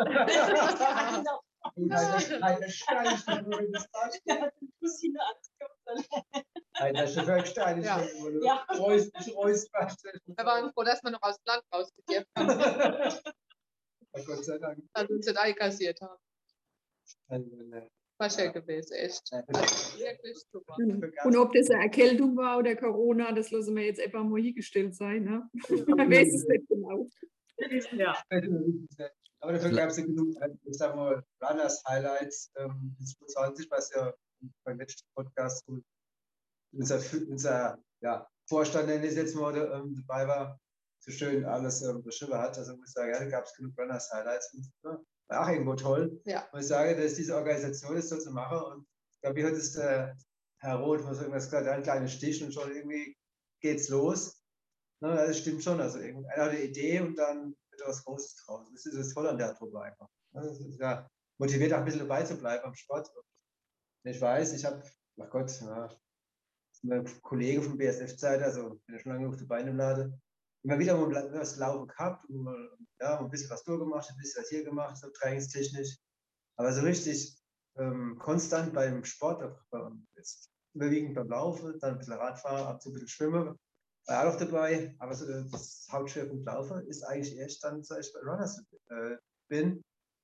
Wir waren froh, dass wir noch aus dem Land rausgegeben haben. Gott sei Dank. Dass wir uns nicht einkassiert haben. War schön gewesen, echt. Also wirklich super. Und ob das eine Erkältung war oder Corona, das lassen wir jetzt einfach mal hingestellt sein. Ne? Man weiß es nicht genau. Ja. Aber dafür gab es ja genug, ich sag mal, Runners-Highlights in 2020, was ja beim letzten Podcast unser Vorstand, nenne ich es jetzt mal, dabei war, so schön alles beschrieben hat. Also muss ich sagen, ja, da gab es genug Runners-Highlights. War auch irgendwo toll. Ja. Und ich sage, dass diese Organisation ist so zu machen. Und ich glaube, wie hat es der Herr Roth was irgendwas gesagt, ein kleiner Stich und schon irgendwie geht's los. Ne, das stimmt schon. Also einer hat eine Idee und dann wird was Großes draus. Das ist das Tolle an der Truppe einfach. Das ist ja motiviert, auch ein bisschen dabei zu bleiben am Sport. Und ich weiß, ich habe, ach Gott, ein Kollege vom BSF-Zeit, also bin ja schon lange auf die Beine im Laden, immer wieder mal was laufen gehabt und ein bisschen was durchgemacht, ein bisschen was hier gemacht, so trainingstechnisch. Aber so richtig konstant beim Sport, jetzt überwiegend beim Laufen, dann ein bisschen Radfahren, ab und zu ein bisschen Schwimmen, war auch dabei. Aber so das Hauptschwerpunkt Laufen ist eigentlich erst dann, seit ich bei Runners bin.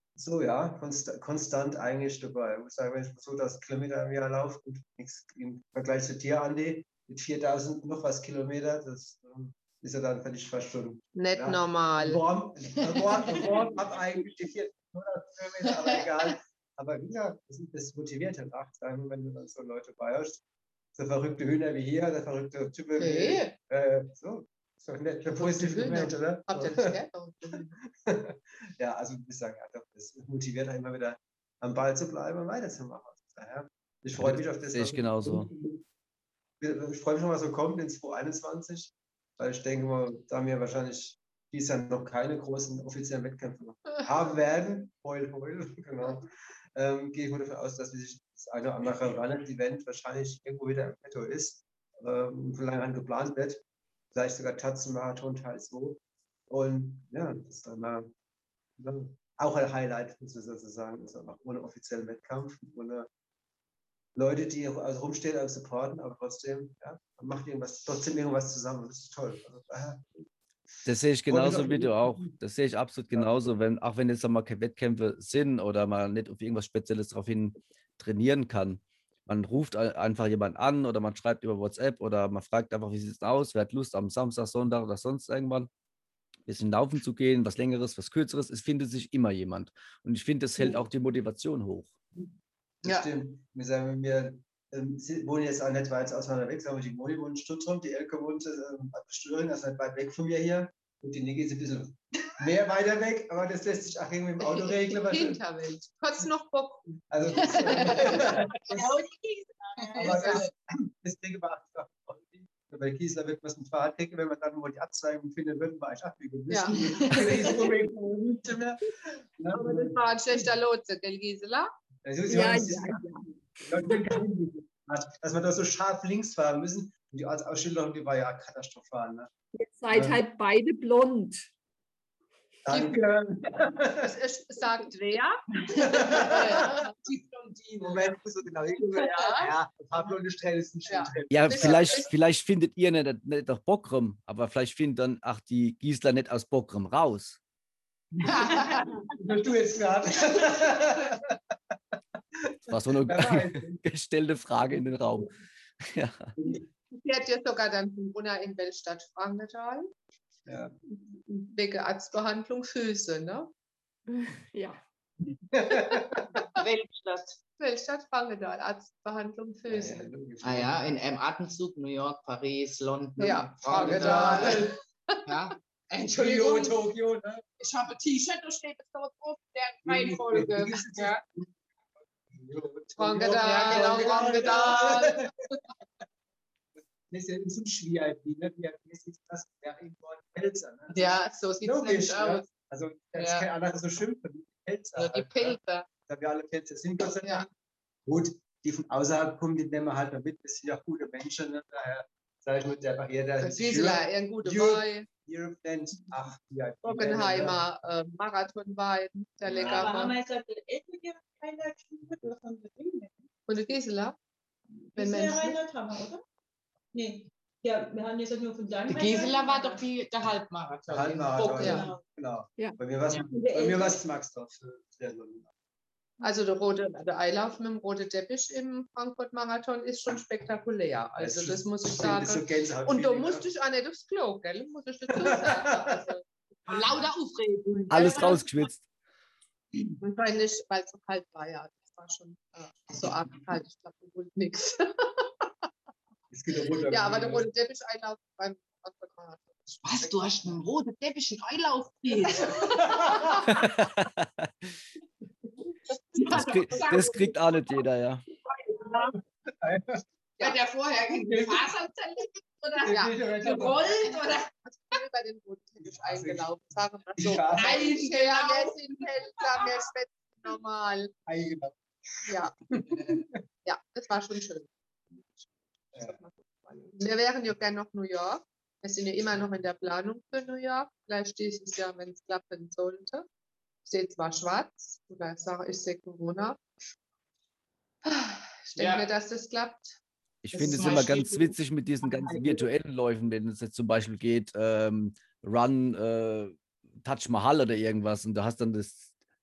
So, ja, konstant eigentlich dabei. Ich muss sagen, wenn ich so 1000 Kilometer im Jahr laufe und nichts im Vergleich zu dir, Andi, mit 4000 noch was Kilometer, das ist ja dann völlig fast schon. Nicht Ja, normal. Warm-up eigentlich die 400 Kilometer, aber egal. Aber wie gesagt, das motiviert halt auch, wenn du dann so Leute bei hast. So verrückte Hühner wie hier, der verrückte Typ wie. So. Ist doch nett, ein positiver Moment, oder? Habt ihr nicht gehört? Ja, also ich sagen, ja, doch, das motiviert halt immer wieder am Ball zu bleiben und weiterzumachen. Daher, ich freue mich auf das. Sehe ich genauso. Ich freue mich schon, was so kommt in 2021, weil ich denke mal, da wir wahrscheinlich dieses Jahr noch keine großen offiziellen Wettkämpfe haben werden, heul, genau, gehe ich mal davon aus, dass sich das eine oder andere Run-Event wahrscheinlich irgendwo wieder im Petto ist, von lange an geplant wird. Vielleicht sogar Tatzenmarathon Teil 2. Und ja, das ist dann mal auch ein Highlight, muss man sozusagen. Das ist einfach ohne offiziellen Wettkampf, ohne Leute, die also rumstehen als supporten, aber trotzdem, ja, man macht trotzdem irgendwas zusammen. Das ist toll. Also, das sehe ich genauso wie du auch. Das sehe ich absolut genauso. Auch wenn jetzt mal keine Wettkämpfe sind oder man nicht auf irgendwas Spezielles darauf hin trainieren kann. Man ruft einfach jemanden an oder man schreibt über WhatsApp oder man fragt einfach, wie sieht es aus? Wer hat Lust, am Samstag, Sonntag oder sonst irgendwann ein bisschen laufen zu gehen, was Längeres, was Kürzeres. Es findet sich immer jemand. Und ich finde, das hält auch die Motivation hoch. Das stimmt. Wir sagen, wir wohnen jetzt auch nicht weit auseinander weg. Sagen wir, die Moni wohnt in Stuttgart, die Elke wohnt in Bad Stüren, das ist nicht weit weg von mir hier. Und die Niki ist ein bisschen mehr weiter weg, aber das lässt sich auch irgendwie im Auto regeln. Hinterwelt. Kurz noch Bock. Also, das Ding war bei Kiesler wird man es mit Fahrrad kriegen, wenn man dann mal die Abzweigung findet, würden wir eigentlich abbiegen müssen. Ja. Aber das war ein schlechter Lotse, gell, Gisela? Ja. Dass wir da so scharf links fahren müssen. Und die Ortsausschilderung, die war ja katastrophal. Ne? Ihr seid halt beide blond. Danke. Das sagt wer? Die Blondine. Moment, so genau. Ja, ein paar blonde Strähnen sind schon drin. Ja, vielleicht findet ihr nicht auf Bockrum, aber vielleicht findet dann auch die Gisela nicht aus Bockrum raus. Was du jetzt gerade. Das war so eine gestellte Frage in den Raum. Ja. Sie hat ja sogar dann Corona in Weltstadt-Frankenthal. Ja. Wegen Arztbehandlung Füße, ne? Ja. Weltstadt-Frankenthal, Arztbehandlung Füße. Ja, in einem Atemzug New York, Paris, London, Ja, Frankenthal. Ja. Entschuldigung, Tokio, ne? Ich habe ein T-Shirt, da steht es dort drauf, der Reihenfolge. Ja. Frankenthal, Frankenthal. Das ist ja so schwierig, ne? Das wäre irgendwo ein Pelzer. Ne? Ja, so sieht es nämlich aus. Also, das ist kein anderer so schimpfen, die Pelzer. Also die Pilze. Da wir alle Pelze sind, Gott sei Dank. Gut, die von außerhalb kommen, die nehmen wir halt mit. Das sind ja gute Menschen. Ne? Daher sage ich mit der Barriere. Das ist ja ein guter Wein. Europe nennt, ach, ja. Bockenheimer Marathonwein, der leckere. Aber haben wir jetzt etliche Highlights von der Dinge? Und die Gisela? Wenn Das Menschen. Highlight haben wir, oder? Nee. Ja, wir haben jetzt nur von deinem. Die Gisela war doch der Halbmarathon. Halbmarathon, ja. Genau. Ja. Bei mir war es Maxdorf. Also der Eilauf mit dem roten Teppich im Frankfurt-Marathon ist schon spektakulär. Also das muss ich sagen. Und da musste ich auch nicht aufs Klo, gell? Muss ich dazu sagen. Also, Lauter Aufregung. Alles rausgeschwitzt. wahrscheinlich, weil es so kalt war, ja. Das war schon so arg kalt. Ich glaube, wohl nichts. Ja, aber der rote Teppich-Einlauf beim Frankfurt-Marathon. Was, du hast einen roten Teppich in Eilauf gekriegt? Das kriegt auch nicht jeder, ja. Hat der vorher in die Fasern zerlegt oder gerollt oder? Über den roten Teppich eingelaufen. Sagen wir so. Nein, Wir sind Pelzer, wir schwätzen normal. Ja. Ja, das war schon schön. Wir wären ja gerne noch New York. Wir sind ja immer noch in der Planung für New York. Vielleicht dieses Jahr, wenn es klappen sollte. Ich sehe zwar schwarz, oder ich sehe Corona. Ich denke mir, dass das klappt. Ich finde es immer ganz witzig mit diesen ganzen virtuellen Läufen, wenn es jetzt zum Beispiel geht, Run, Taj Mahal oder irgendwas und du hast dann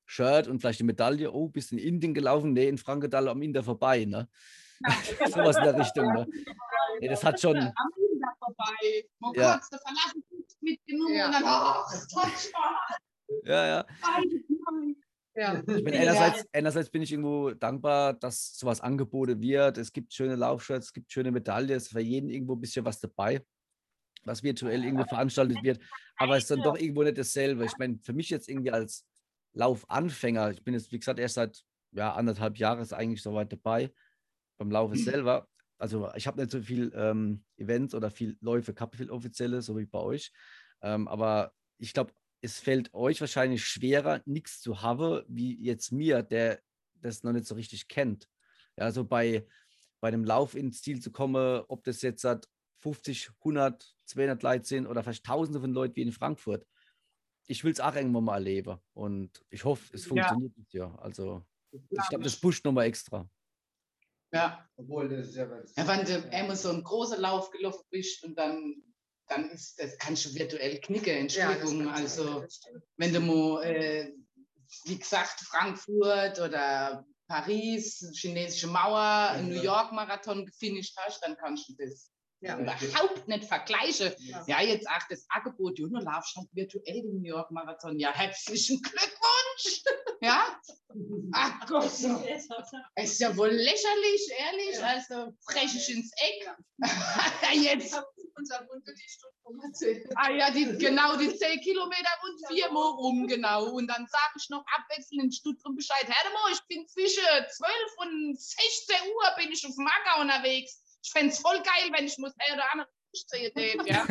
Shirt und vielleicht eine Medaille. Oh, bist in Indien gelaufen? Nee, in Frankenthal am Inder vorbei. Ne? Sowas in der Richtung. Ne? Nee, das hat schon. Am Inder vorbei. Man Ja. kurz den verlassen mitgenommen Ja. und dann, das hat Spaß. Ja. Ja. Ich bin Ja. einerseits bin ich irgendwo dankbar, dass sowas angeboten wird. Es gibt schöne Laufshirts, es gibt schöne Medaillen, es ist für jeden irgendwo ein bisschen was dabei, was virtuell irgendwo veranstaltet wird. Aber es ist dann doch irgendwo nicht dasselbe. Ich meine, für mich jetzt irgendwie als Laufanfänger, ich bin jetzt, wie gesagt, erst seit 1,5 Jahren eigentlich so weit dabei beim Laufen selber. Also ich habe nicht so viel Events oder viel Läufe gehabt, viel offizielle, so wie bei euch. Aber ich glaube, es fällt euch wahrscheinlich schwerer, nichts zu haben, wie jetzt mir, der das noch nicht so richtig kennt. Ja, also bei einem Lauf ins Ziel zu kommen, ob das jetzt hat 50, 100, 200 Leute sind oder vielleicht Tausende von Leuten wie in Frankfurt. Ich will es auch irgendwann mal erleben und ich hoffe, es funktioniert dieses Jahr. Also ich glaube, das pusht nochmal extra. Ja. Obwohl, das ist ja was. Ja, wenn du einmal so einen großen Lauf gelaufen bist und dann ist das, kannst du virtuell knicken, Entschuldigung. Ja, also, das stimmt. wenn du mal, wie gesagt, Frankfurt oder Paris, chinesische Mauer, einen New York Marathon gefinisht hast, dann kannst du das überhaupt nicht vergleichen. Ja, jetzt auch das Angebot, Junge, laufst schon virtuell den New York Marathon. Ja, herzlichen Glückwunsch! Ja? Ach Gott, es ist ja wohl lächerlich, ehrlich. Also frech ich ins Eck. Jetzt. Unser Hund die Stunde erzählt. Ah ja, die 10 Kilometer und 4 Mal rum, genau. Und dann sage ich noch abwechselnd in Stuttgart Bescheid. Herr Mo, ich bin zwischen 12 und 16 Uhr bin ich auf dem Acker unterwegs. Ich fände es voll geil, wenn ich muss oder andere ziehen darf, ja.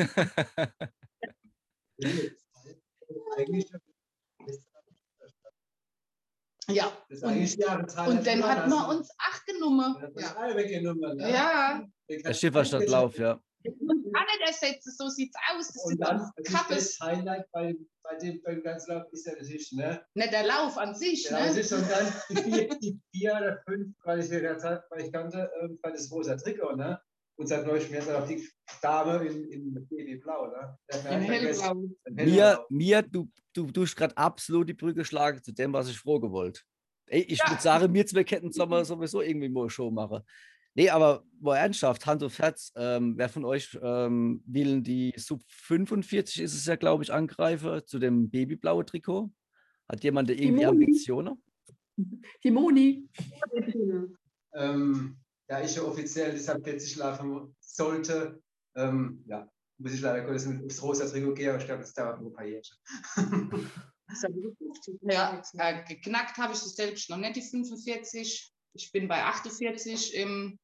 Eigentlich Ja, das ist eigentlich und dann hat man uns 8 genommen. Das ist alle weggenommen. Ne? Ja. Der Schifferstadtlauf, ja. Und kann nicht ersetzen, so sieht's aus. Das Und ist dann doch das Kappes. Highlight beim ganzen Lauf ist ja natürlich, ne? Nicht der Lauf an sich, Ja, es ne? ist schon dann die 4 oder 5, weil ich in der Zeit, weil ich kannte, bei das rosa Trikot, ne? Und seit neuestem jetzt auch die Dame in Babyblau, ne? In Hellblau. Mir, du tust gerade absolut die Brücke schlagen zu dem, was ich fragen wollte. Ey, ich würde sagen, wir zwei Ketten sowieso irgendwie mal eine Show machen. Nee, aber mal ernsthaft, Hand auf Herz, wer von euch will die Sub 45 ist es ja, glaube ich, angreifen zu dem babyblauen Trikot? Hat jemand da irgendwie Ambitionen? Die Moni. Ja, ich offiziell deshalb 40 laufen sollte, ja, muss ich leider Gottes mit aufs rosa Trikot gehen, aber ich glaube, das dauert nur ein paar Jahre. Ja, geknackt habe ich das selbst noch nicht, die 45. Ich bin bei 48 in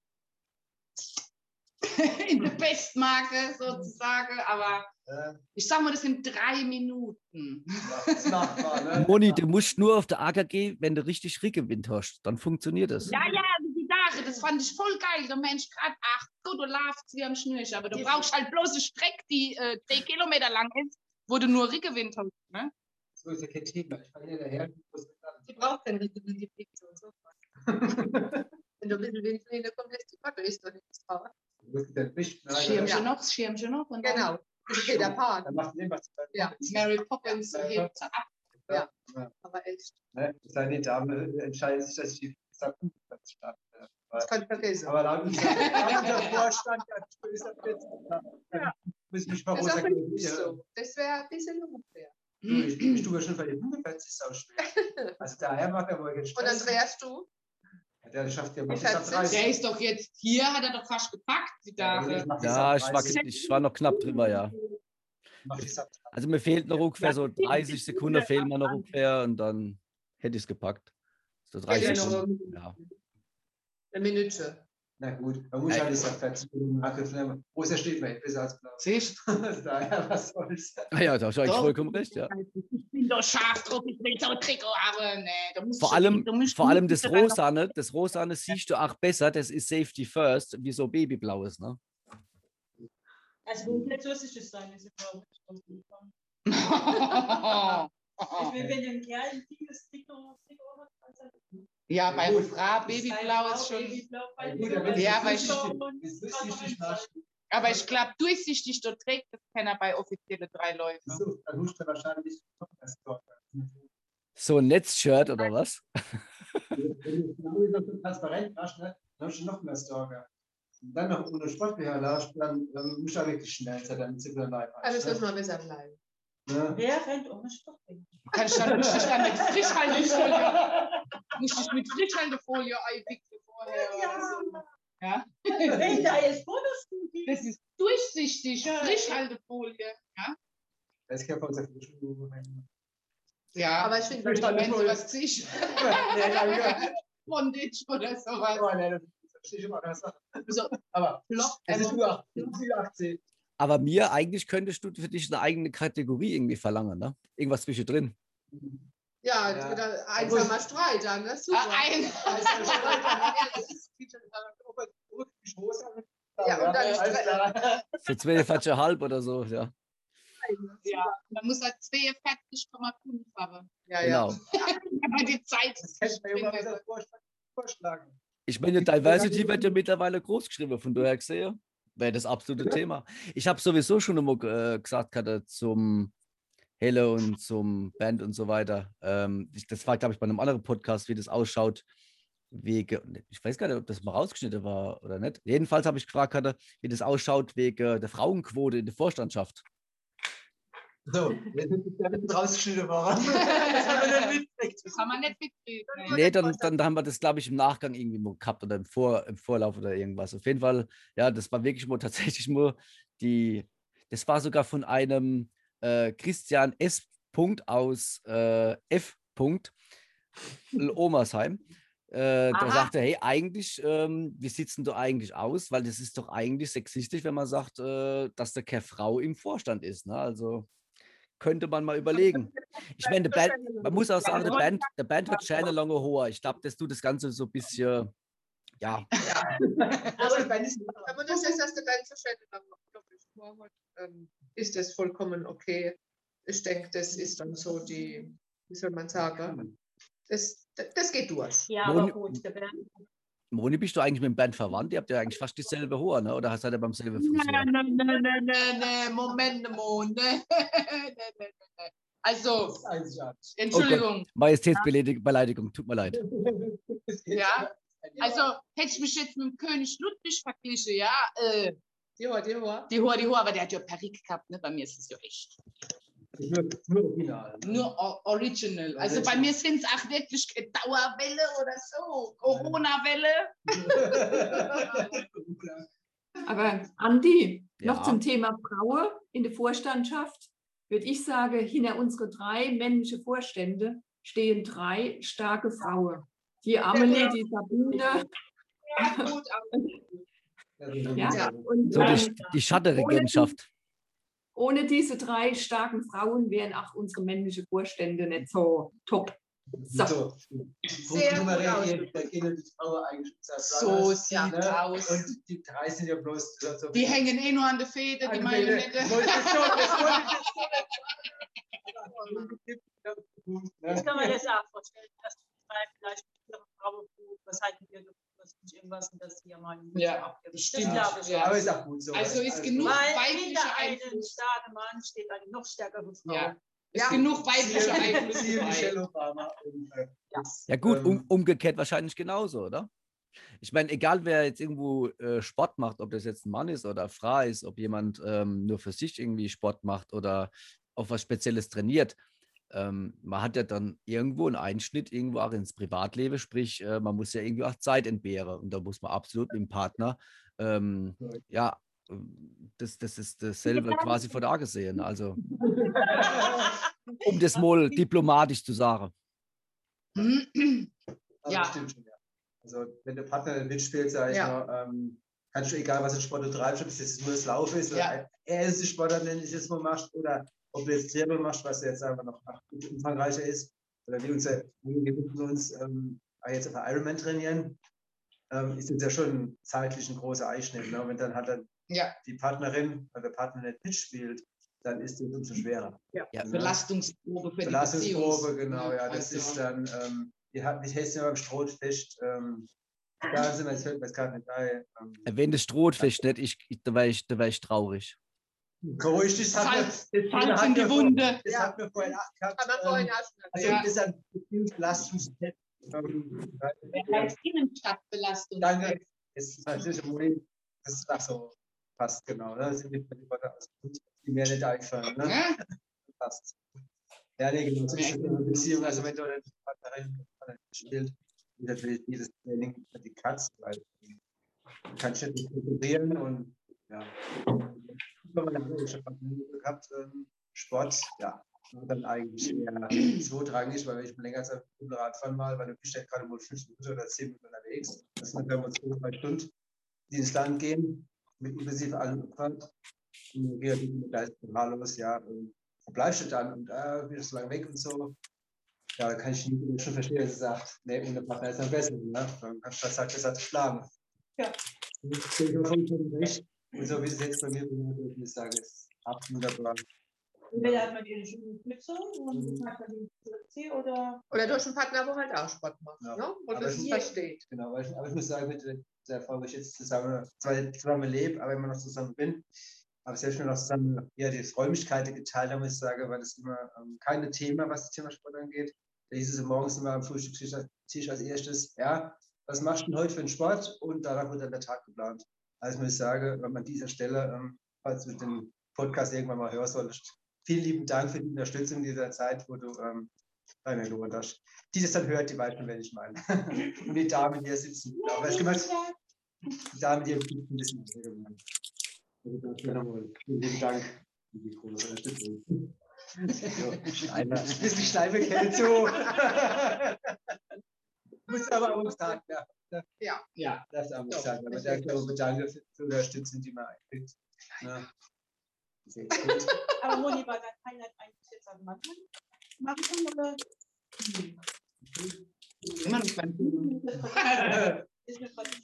der Bestmarke sozusagen, aber ich sag mal, das sind 3 Minuten. Ja, das ist machbar, ne? Moni, du musst nur auf der AKG, wenn du richtig Rückenwind hast, dann funktioniert das. Ja, die Sache, das fand ich voll geil. Der Mensch gerade, ach du laufst wie am Schnürchen, aber du brauchst halt bloß eine Strecke, die 10 Kilometer lang ist, wo du nur Rückenwind hast. Ne? So ist ja kein Thema. Ich kann ja daher. Die braucht keinen Rückenwind, die fliegt so und so. Wenn du ein bisschen Wind fliegen kommt, lässt die Pappe, ist doch nichts drauf. Schirmchen noch. Und dann Genau. Das geht der Part. Dann macht was. Ja. Mary Poppins hebt sie ab. Ja. Aber echt. Ne? Seine Dame entscheidet sich, dass ich die Platz starte. Das kann ich vergessen. Aber da unser Vorstand, ja, ist das jetzt. Ja. Muss ich mich mal Das ist rosa aber nicht gehen. so. Das wäre ein bisschen unfair. Ich tue ja schon bei den 45 sau schwer. Also daher mag er wohl jetzt Und Andreas, du? Der schafft ja Die mal 40? Der ist doch jetzt hier, hat er doch fast gepackt, die Dame. Ja, ich war noch knapp drüber, ja. Also mir fehlt noch ungefähr so 30 Sekunden, fehlen mir noch ungefähr und dann hätte ich es gepackt. So 30 Sekunden, ja. Eine Minute. Na gut, man muss alles sagen. Rosa steht mir besser als blau. Siehst du? Daher, was soll's. Ja, da hast du eigentlich vollkommen recht, ja. Ich bin doch scharf drauf, ich will so ein Trikot haben. Nee, da musst Vor allem das Rosane siehst du auch besser, das ist Safety First, wie so Babyblaues, ne? Also komplett so ist es sein, ist glaube ich. Ich will, wenn ein Kerl ein dickes Trikot hat, ja, bei einer Frau Babyblau ist schon. Aber ich glaube, durchsichtig dort trägt das keiner bei offiziellen 3 Läufen. So, dann musst du wahrscheinlich das dort. So ein Netzshirt oder was? Wenn du genau so transparent machst, ne, dann hast du noch mehr Sorge. Und dann noch ohne Sport-BH läufst, dann musst du auch wirklich schnell sein, damit sie wieder Leib hast. Alles muss mal besser bleiben. Ne? Wer rennt ohne Stoffding? Kannst du dann mit Frischhaltefolie, musst dich mit Frischhaltefolie einwickeln vorher oder so. Ja? Wenn da jetzt Bonusstudio. Das ist durchsichtig, Frischhaltefolie. Ja, Das kann von der Frischhaltefolie. ja. Aber ich finde, Wenn wenn sie was sich Bondage oder sowas. Oh, nee, das verstehe ich immer besser. So, Aber Loch, es ist über 18. Aber eigentlich könntest du für dich eine eigene Kategorie irgendwie verlangen, ne? Irgendwas zwischendrin. ja, Ja. einsamer Streit dann, ne? Super. Ja, und dann So 42,5 oder so, ja. ja, man muss halt 42,5 haben. ja, Genau. Aber die Zeit Das ist kann ich mir immer wieder vorschlagen. Ich meine, Diversity wird ja mittlerweile groß geschrieben, von daher gesehen, wäre das absolute Thema. Ich habe sowieso schon immer gesagt, hatte zum Helle und zum Band und so weiter. Das war, glaube ich, bei einem anderen Podcast, wie das ausschaut. Ich weiß gar nicht, ob das mal rausgeschnitten war oder nicht. Jedenfalls habe ich gefragt, wie das ausschaut wegen der Frauenquote in der Vorstandschaft. So, jetzt ist es rausgeschnitten worden. Das haben wir nicht mitgekriegt. Das haben wir nicht mitgekriegt. Nee, dann haben wir das, glaube ich, im Nachgang irgendwie mal gehabt oder im Vorlauf oder irgendwas. Auf jeden Fall, ja, das war wirklich mal tatsächlich nur das war sogar von einem Christian S. aus F. Omersheim. Der sagte, hey, eigentlich, wie sieht es denn da eigentlich aus? Weil das ist doch eigentlich sexistisch, wenn man sagt, dass da keine Frau im Vorstand ist. Ne? Also könnte man mal überlegen. Ich meine, man muss auch sagen, der Band hat Schäne lange hoher. Ich glaube, das tut das Ganze so ein bisschen, ja. aber wenn das jetzt aus der ganzen Stelle ist das vollkommen okay. Ich denke, das ist dann so wie soll man sagen, das geht durch. Ja, aber gut, der Bernd. Moni, bist du eigentlich mit dem Band verwandt? Ihr habt ja eigentlich fast dieselbe Haar, ne? Oder hast du ja beim selben Friseur? Nee, Moment. Also, Entschuldigung. Oh Majestätsbeleidigung, tut mir leid. Ja, also hätte ich mich jetzt mit dem König Ludwig verglichen, ja. Die Haar. Die Haar, aber der hat ja Perücke gehabt, ne? Bei mir ist es ja echt. Nur original. Nur original. Also bei mir sind es auch wirklich keine Dauerwelle oder so. Corona-Welle. Aber Andi, Ja. noch zum Thema Frauen in der Vorstandschaft, würde ich sagen, hinter unsere 3 männliche Vorstände stehen 3 starke Frauen. Die Amelie, die Sabine. Ja, und So die Schattenregentschaft. ohne diese 3 starken Frauen wären auch unsere männlichen Vorstände nicht so top. So. Sehr gut Da gehen die Frauen eigentlich So sieht aus. Und die 3 sind ja bloß. So Die hängen eh nur an der Fede, die Marionette. Ich kann mir das auch vorstellen, dass die 3 vielleicht mit ihrer Frau, was halten wir, was nicht irgendwas, und dass die ja mal abgeben. Stimmt. Das glaube ich. Ja. Aber ist auch gut so. Also ist genug Weil weibliche hinter einem Einfluss. starken Mann steht eine noch stärkere Frau. Ja. Ist genug weibliche Einfluss Siehe dabei. Michelle Obama. Ja gut, umgekehrt wahrscheinlich genauso, oder? Ich meine, egal wer jetzt irgendwo Sport macht, ob das jetzt ein Mann ist oder eine Frau ist, ob jemand nur für sich irgendwie Sport macht oder auf was Spezielles trainiert, man hat ja dann irgendwo einen Einschnitt irgendwo auch ins Privatleben, sprich, man muss ja irgendwie auch Zeit entbehren und da muss man absolut mit dem Partner, ja, das ist dasselbe quasi vor der Augen sehen. Also, um das mal diplomatisch zu sagen. Ja. Stimmt schon, ja. Also wenn der Partner mitspielt, sage ich mal, kannst du, egal was für Sport du treibst, ob es jetzt nur das Laufen ist, oder er ist die Sportart, den ich jetzt mal machst, oder ob du jetzt Triathlon machst, was jetzt einfach noch umfangreicher ist, oder wie wir uns jetzt auf der Ironman trainieren, ist jetzt ja schon zeitlich ein großer Einschnitt. Ne? Wenn dann die Partnerin oder der Partner nicht mitspielt, dann ist es umso schwerer. Ja. Ja. Belastungsprobe für die Belastungsprobe, Beziehung. genau, ja. Das ist dann, wir hessen ja beim Strohfest, da sind wir jetzt fällt mir das gerade nicht ein. Wenn das Strohfest nicht, da wär ich traurig. Beruhigt dich, Salz in die Wunde. Das hat mir vorhin auch gehabt. Haben wir vorhin auch schon Also Ja. das ist ein Belastungstest. Das heißt Innenstadtbelastung. Danke. Das ist ach so, passt genau. Ne? Das sind die Wörter aus dem Mund, die mir nicht einfallen. Ne? Ja? Passt. Ja, nee, genau. Das ist eine Beziehung. Also wenn du eine Partnerin spielt, ist natürlich dieses Training für die Katze, weil du kannst dich nicht konzentrieren und ja. Wenn man eine schon gehabt, Sport, ja, dann eigentlich eher zweitrangig, weil wenn ich länger als ein Radfahren mal, weil du bist ja gerade wohl 5 Minuten oder 10 Minuten unterwegs, das sind dann 2-3 Stunden, die ins Land gehen, mit inklusive allem Abfahrt, und dann geht die Geist los, ja, und wo bleibst du dann und wieder so lange weg und so. Ja, da kann ich schon verstehen, dass sie sagt, nee, ohne Partner ist am besten, ne? Dann kannst du das halt schlagen. Ja. Das ist vollkommen recht. Und so wie es jetzt bei mir bin, würde ich sagen, ist absolut wunderbar. Entweder hat man die schöne Mütze und macht man die Fritzi oder. Oder durch einen Partner, wo halt auch Sport macht. Ja. Ne? Und Aber das es- versteht. Genau, aber ich muss sagen, mit der Frau, wo ich jetzt zusammen lebe, aber immer noch zusammen bin, aber selbst wenn wir noch zusammen die Räumlichkeiten geteilt haben, muss ich sagen, war das immer kein Thema, was das Thema Sport angeht. Da hieß es morgens immer am Frühstückstisch als erstes, ja, was machst du denn heute für einen Sport? Und danach wird dann der Tag geplant. Also muss ich sagen, an dieser Stelle, falls du den Podcast irgendwann mal hören solltest, vielen lieben Dank für die Unterstützung in dieser Zeit, wo du bei mir gewohnt hast. Die das dann hört, die weiß schon, wen ich meine. Und die Damen, die hier sitzen. Aber es gibt die Damen, die hier sitzen, wissen, was wir gemeint. Also dafür nochmal vielen lieben Dank für die große Unterstützung. Ein bisschen Schleife kennt so. Muss aber auch sagen, ja. Ja. Das ist auch sagen. Aber da bedanke für die Unterstützung, die man einkriegt. Ja. Sehr gut. Aber Moni, war dein Highlight eigentlich jetzt am Mannheim machen oder? Immer noch beim Ist mir gerade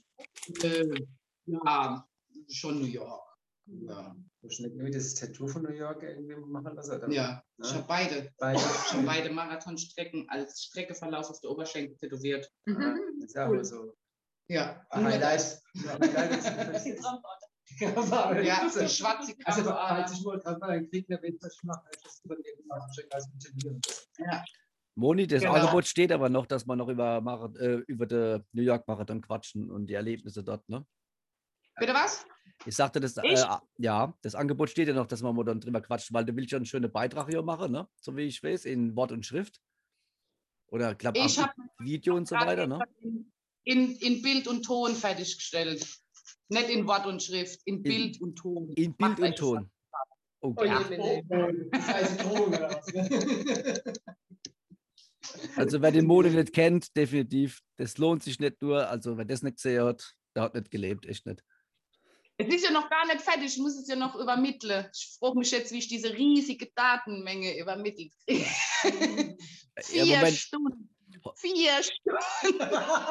Ja, schon New York. Ja, Schon irgendwie das Tattoo von New York irgendwie machen lassen? Oder? ja. Ich habe beide. Beide. Schon beide Marathonstrecken als Streckeverlauf auf der Oberschenkel tätowiert. Das ist ja auch so. Ja. ein Highlight. die Traumort. Ja, so schwarze Also, Krawatte. als ich wohl gerade mal einen Krieg der Welt mache, das über den als Motivieren. Ja. Moni, das Genau. Angebot steht aber noch, dass man noch über den New York Marathon quatschen und die Erlebnisse dort, ne? Bitte was? Ich sagte, das Angebot steht ja noch, dass man mal dann drüber quatschen, weil du willst ja einen schönen Beitrag hier machen, ne? So wie ich weiß, in Wort und Schrift. Oder ich glaube Ich auch habe Video und so weiter, ne? in Bild und Ton fertiggestellt. Nicht in Wort und Schrift, in Bild und Ton. In Bild und Ton. Oh, Oh, ja. Das heißt Drohung oder was? Also wer den Moni nicht kennt, definitiv, das lohnt sich nicht nur. Also wer das nicht gesehen hat, der hat nicht gelebt, echt nicht. Es ist ja noch gar nicht fertig, ich muss es ja noch übermitteln. Ich frage mich jetzt, wie ich diese riesige Datenmenge übermittelt kriege. Ja, 4 Moment. Stunden. 4 Stunden.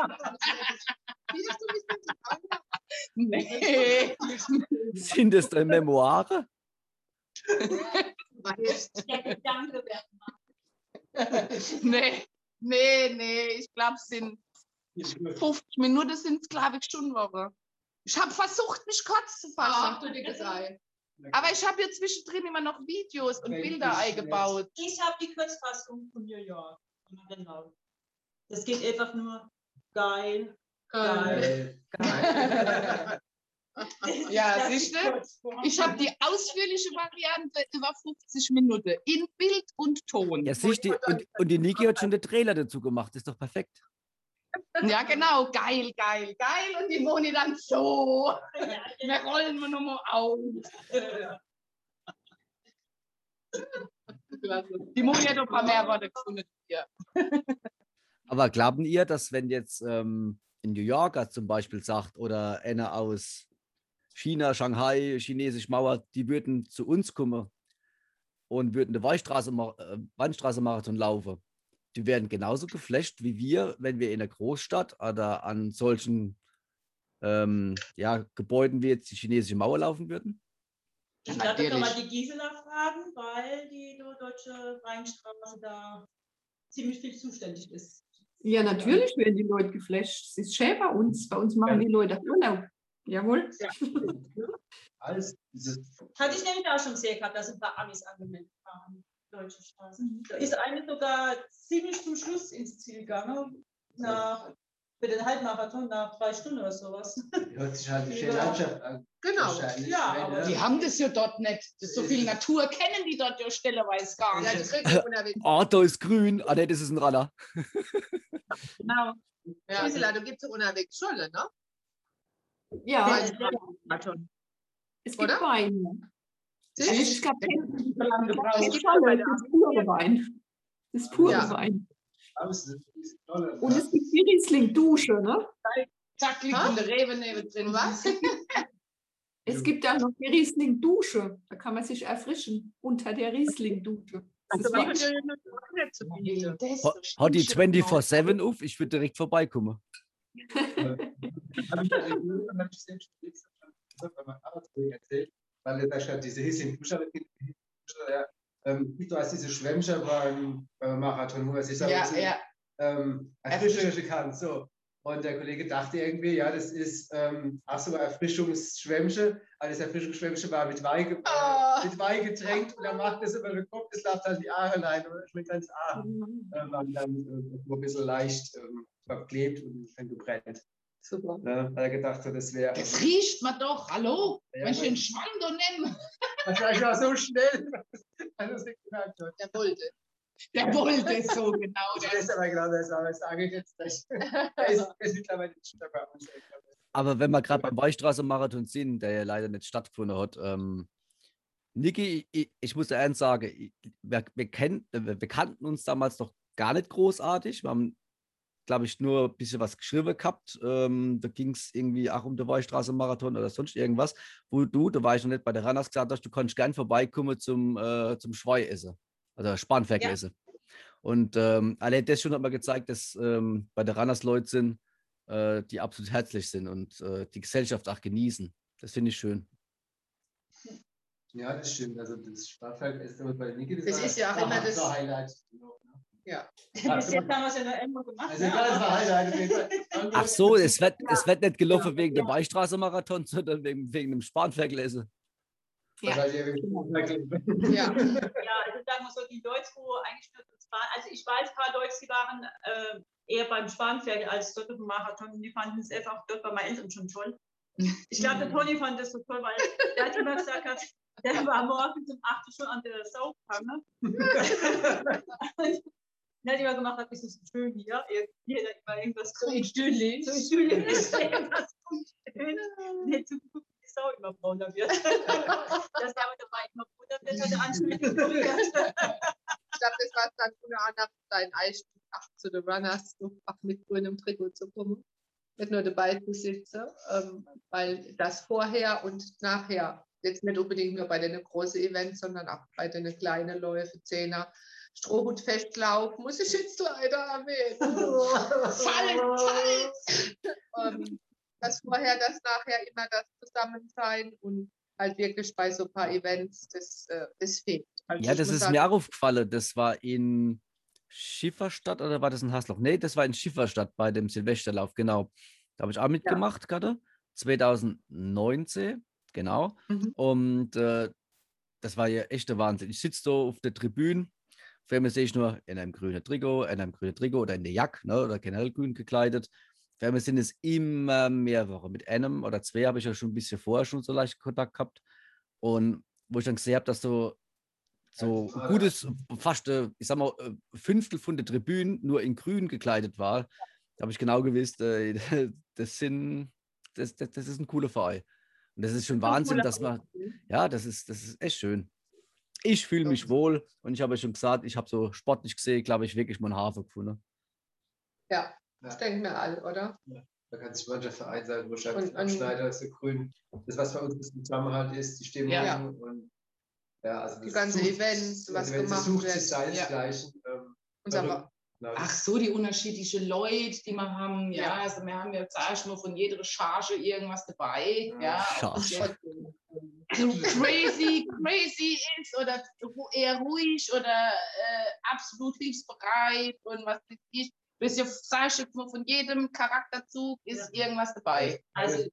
4 Stunden ist nicht so Nee. Sind das denn Memoire? Der Gedanke wäre Nee. Ich glaube, es sind 50 Minuten, sind es, glaube ich, Stundenwoche. Ich habe versucht, mich kurz zu fassen. Ach, du dickes Ei. Aber ich habe hier zwischendrin immer noch Videos und Bilder eingebaut. Ich habe die Kurzfassung von New York. Genau. Das geht einfach nur geil. Ja, Das siehst ist du? Kurzform. Ich habe die ausführliche Variante über 50 Minuten in Bild und Ton. Ja, siehst du, und die Niki hat schon den Trailer dazu gemacht, ist doch perfekt. Ja, genau, geil. Und die Moni dann so. Ja, Wir rollen wir nochmal auf. Die Moni hat noch ein paar mehr Worte gefunden. Ja. Aber glauben ihr, dass wenn jetzt in New York zum Beispiel sagt oder einer aus China, Shanghai, chinesische Mauer, die würden zu uns kommen und würden eine Weinstraße-Marathon laufen, die werden genauso geflasht wie wir, wenn wir in einer Großstadt oder an solchen Gebäuden wie jetzt die chinesische Mauer laufen würden? Ich darf jetzt nochmal Natürlich. die Gisela fragen, weil die Deutsche Weinstraße da ziemlich viel zuständig ist. Ja, natürlich werden die Leute geflasht. Es ist schön bei uns. Bei uns machen die Leute auch Urlaub. Jawohl. Alles dieses Hatte ich nämlich auch schon gesehen gehabt, dass ein paar Amis angemeldet waren. Deutsche Straßen. Da ist eine sogar ziemlich zum Schluss ins Ziel gegangen. Für den Halbmarathon nach 3 Stunden oder sowas. hört sich halt die schöne Landschaft an. Genau. Wahrscheinlich, Ja, wenn, aber ne? Die haben das ja dort nicht. Das so viel Natur kennen die dort ja stellenweise gar Ja, die nicht. kriegen unterwegs. Ah, da ist grün. Ah, nee, das ist ein Radar. Genau. Ja, Gisela, du gibst ja unterwegs Scholle, ne? Ja, Als Marathon. es gibt oder? Wein. Siehst du? Ich glaube, So lange gebraucht. das ist pure Wein. Das ist pure Ja. Wein. Das ist toll, Und ne? es gibt die Riesling-Dusche, ne? Zack, liegt in der Rewe neben drin. Was? Es gibt dann noch die Riesling-Dusche. Da kann man sich erfrischen unter der Riesling-Dusche. Das ist machen wirklich- wir ja nicht so viele. Hat die 24/7 auf? Ich würde direkt vorbeikommen. Habe ich dann selbst bei meinem Arbeitskollegen erzählt, weil er sagt, diese Hissing ja, du hast diese Schwämmchen beim Marathon, wo man sich Ja, ja. erfrischen kann. So. Und der Kollege dachte irgendwie, ja, das ist ach so, Erfrischungsschwämmchen. Aber das Erfrischungsschwämmchen war mit Wein getränkt und er macht das über den Kopf, das läuft halt die Aare rein und schmeckt ganz Aare. Waren dann ein bisschen leicht verklebt und dann gebrennt. Super. Ne? Hat er gedacht, so, das wäre. Das riecht man doch. Hallo? Ja, Wenn ich den Schwamm da nehme. Wahrscheinlich war so schnell. Also, nicht gemerkt hat. Der wollte. Der wollte es so genau. Ich weiß aber genau, das sage ich jetzt nicht. Er ist mittlerweile nicht dabei. Aber wenn wir gerade beim Weichstraße-Marathon sind, der ja leider nicht stattgefunden hat, Niki, ich muss dir eins sagen, wir kannten uns damals noch gar nicht großartig. Wir haben, glaube ich, nur ein bisschen was geschrieben gehabt. Da ging es irgendwie auch um den Weichstraße-Marathon oder sonst irgendwas, wo da war ich noch nicht bei der Runners, gesagt hast, du kannst gern vorbeikommen zum Schweiessen, also Spanferkel essen. Und allein das schon hat mir gezeigt, dass bei der Runners Leute sind, die absolut herzlich sind und die Gesellschaft auch genießen. Das finde ich schön. Ja, das stimmt. Also das Sparfeld ist aber bei Niki, Das ist ja auch immer das- Highlight. Ja. Bis jetzt haben wir es ja noch immer gemacht. Also das war Highlight. auf jeden Fall. Ach so, es wird nicht gelaufen wegen der Weichstraße-Marathon, sondern wegen dem Spanferkel-Essen. Wahrscheinlich irgendwie- Ja. Ja, also sagen wir so, die Leute, wo eigentlich nur zum Spahn, also ich weiß, ein paar Leute, die waren eher beim Spanferkel als dort auf dem Marathon. Die fanden es einfach dort bei meinen Eltern schon toll. Ich glaube, der Toni fand das so toll, weil der hat immer gesagt, der war morgens um 8 Uhr schon an der Saufkanne. Dann hat immer gemacht, das ist so schön hier. Hier hat immer irgendwas So ein Stühle. so ein Stühle ist irgendwas schön. Nicht zu gucken, die Sau immer brauner wird. Das aber dabei immer brauner wird, hat er anscheinend Ich glaube, das war dann unter anderem dein Einstieg zu den Runners, so auch mit grünem Trikot zu kommen. Nicht nur dabei zu sitzen, weil das vorher und nachher, jetzt nicht unbedingt nur bei den großen Events, sondern auch bei den kleinen Läufen, 10er, Strohhutfestlauf, muss ich jetzt leider erwähnen. Das vorher, das nachher, immer das Zusammensein und halt wirklich bei so ein paar Events, das fehlt. Also Ja, ich das muss ist sagen, mir auch aufgefallen. Das war in Schifferstadt oder war das in Hasloch? Nee, das war in Schifferstadt bei dem Silvesterlauf, genau. Da habe ich auch mitgemacht, gerade 2019, genau. Mhm. Und das war ja echt der Wahnsinn. Ich sitze so auf der Tribüne, auf einmal sehe ich nur in einem grünen Trikot oder in der Jacke, ne, oder generell grün gekleidet. Auf einmal sind es immer mehrere. Mit einem oder zwei habe ich ja schon ein bisschen vorher schon so leicht Kontakt gehabt. Und wo ich dann gesehen habe, dass so ein gutes, fast, ich sag mal, Fünftel von der Tribüne nur in grün gekleidet war, da habe ich genau gewusst, das ist ein cooler Verein. Und das ist schon Wahnsinn, dass man, ja, das ist echt schön. Ich fühle mich wohl und ich habe ja schon gesagt, ich habe so sportlich gesehen, glaube ich, wirklich meinen Hafer gefunden. ja, das denken wir alle, oder? Da kann sich mancher Verein sein, wo schreibt Und- Abschneider ist so grün. Das, was bei uns ein Zusammenhalt ist, die Stimmung Ja. und ja, also Die ganzen Events, was gemacht sucht wird. sich seinesgleichen. Und aber, Ach so, die unterschiedlichen Leute, die wir haben. Ja, Ja. also wir haben jetzt, sag ich mal, von jeder Charge irgendwas dabei. Ja, Charge. also crazy ist oder eher ruhig oder absolut hilfsbereit und was weiß ich. Sag ich jetzt mal, von jedem Charakterzug ist irgendwas dabei. Also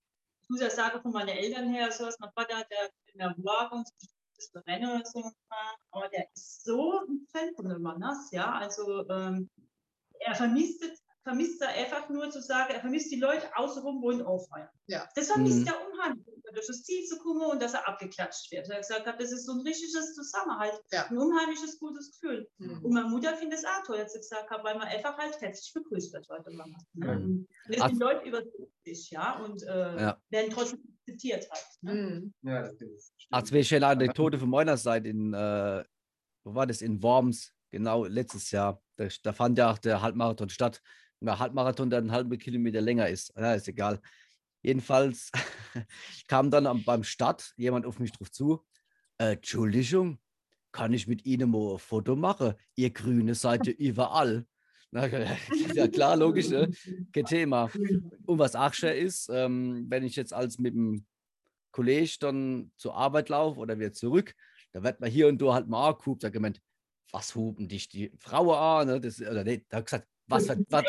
ich muss ja sagen, von meinen Eltern her, so ist mein Vater, der in der Waage und das Rennen oder so, aber der ist so ein Fan von dem Mannes, ja, also er vermisst da einfach nur zu sagen, er vermisst die Leute außenrum, wo ihn auffeiern. Ja. Das vermisst er unheimlich, durch das Ziel zu kommen und dass er abgeklatscht wird. Er hat gesagt, das ist so ein richtiges Zusammenhalt, ein unheimliches gutes Gefühl. Und meine Mutter findet es auch toll, als sie gesagt hat, weil man einfach halt herzlich begrüßt wird heute. Und wir sind Leute über 70, ja, und werden trotzdem zitiert halt. Ne? Ja, das stimmt. Ach, zwei schöne Anekdote von meiner Seite wo war das? In Worms, genau, letztes Jahr. Da fand ja auch der Halbmarathon statt. Und der Halbmarathon, der einen halben Kilometer länger ist. Ja, ist egal. Jedenfalls kam dann beim Start jemand auf mich drauf zu. Entschuldigung, kann ich mit Ihnen mal ein Foto machen? Ihr Grüne seid ja überall. Na, ja klar, logisch, ne? Kein Thema. Und was auch schön ist, wenn ich jetzt als mit dem Kollege dann zur Arbeit laufe oder wieder zurück, da wird man hier und da halt mal angeguckt, da gemeint, was hupen dich die Frauen an? Ne? Oder nee, da hat gesagt, was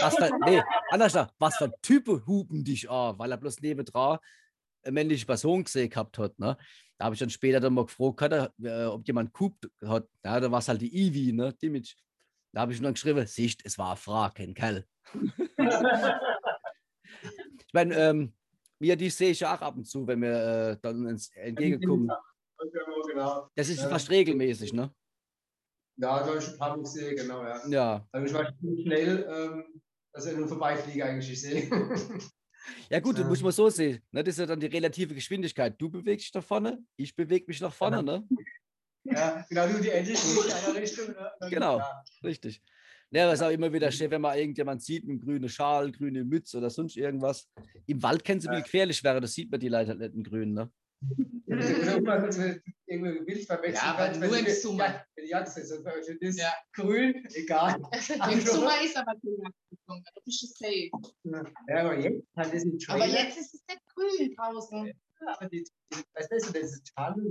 für Typen hupen dich an, weil er bloß nebendran eine männliche Person gesehen gehabt hat. Ne? Da habe ich dann später dann mal gefragt, ob jemand gehupt hat. Ja, da war es halt die Ivy, ne? Die mit. Da habe ich dann geschrieben, Sicht, es war eine Frau, kein Kerl. Ich meine, die sehe ich ja auch ab und zu, wenn wir dann uns entgegenkommen. Genau. Das ist fast regelmäßig, ne? Ja, da habe ich ein paar Mal gesehen, genau, ja. Ja. Also ich war schnell, dass ich nur vorbeifliege eigentlich, ich sehe. Ja gut, das muss man so sehen. Ne? Das ist ja dann die relative Geschwindigkeit. Du bewegst dich nach vorne, ich bewege mich nach vorne, ne? Ja, genau, du die Älteste in einer Richtung. Ne? Genau, Ja. richtig. Ja, das ist auch immer wieder schön, wenn man irgendjemand sieht mit einem grünen Schal, grüne Mütze oder sonst irgendwas. Im Wald kann es ein bisschen gefährlich werden, das sieht man die Leute nicht in grün, ne? Irgendwie wild verwechseln. Ja, aber nur im Sommer. Ja, das ist grün, egal. Im Sommer ist aber grün. Du bist es safe. Ja, aber jetzt hat es einen Trailer. Aber jetzt ist es nicht grün draußen. Ja, aber weißt du, das ist Charlie,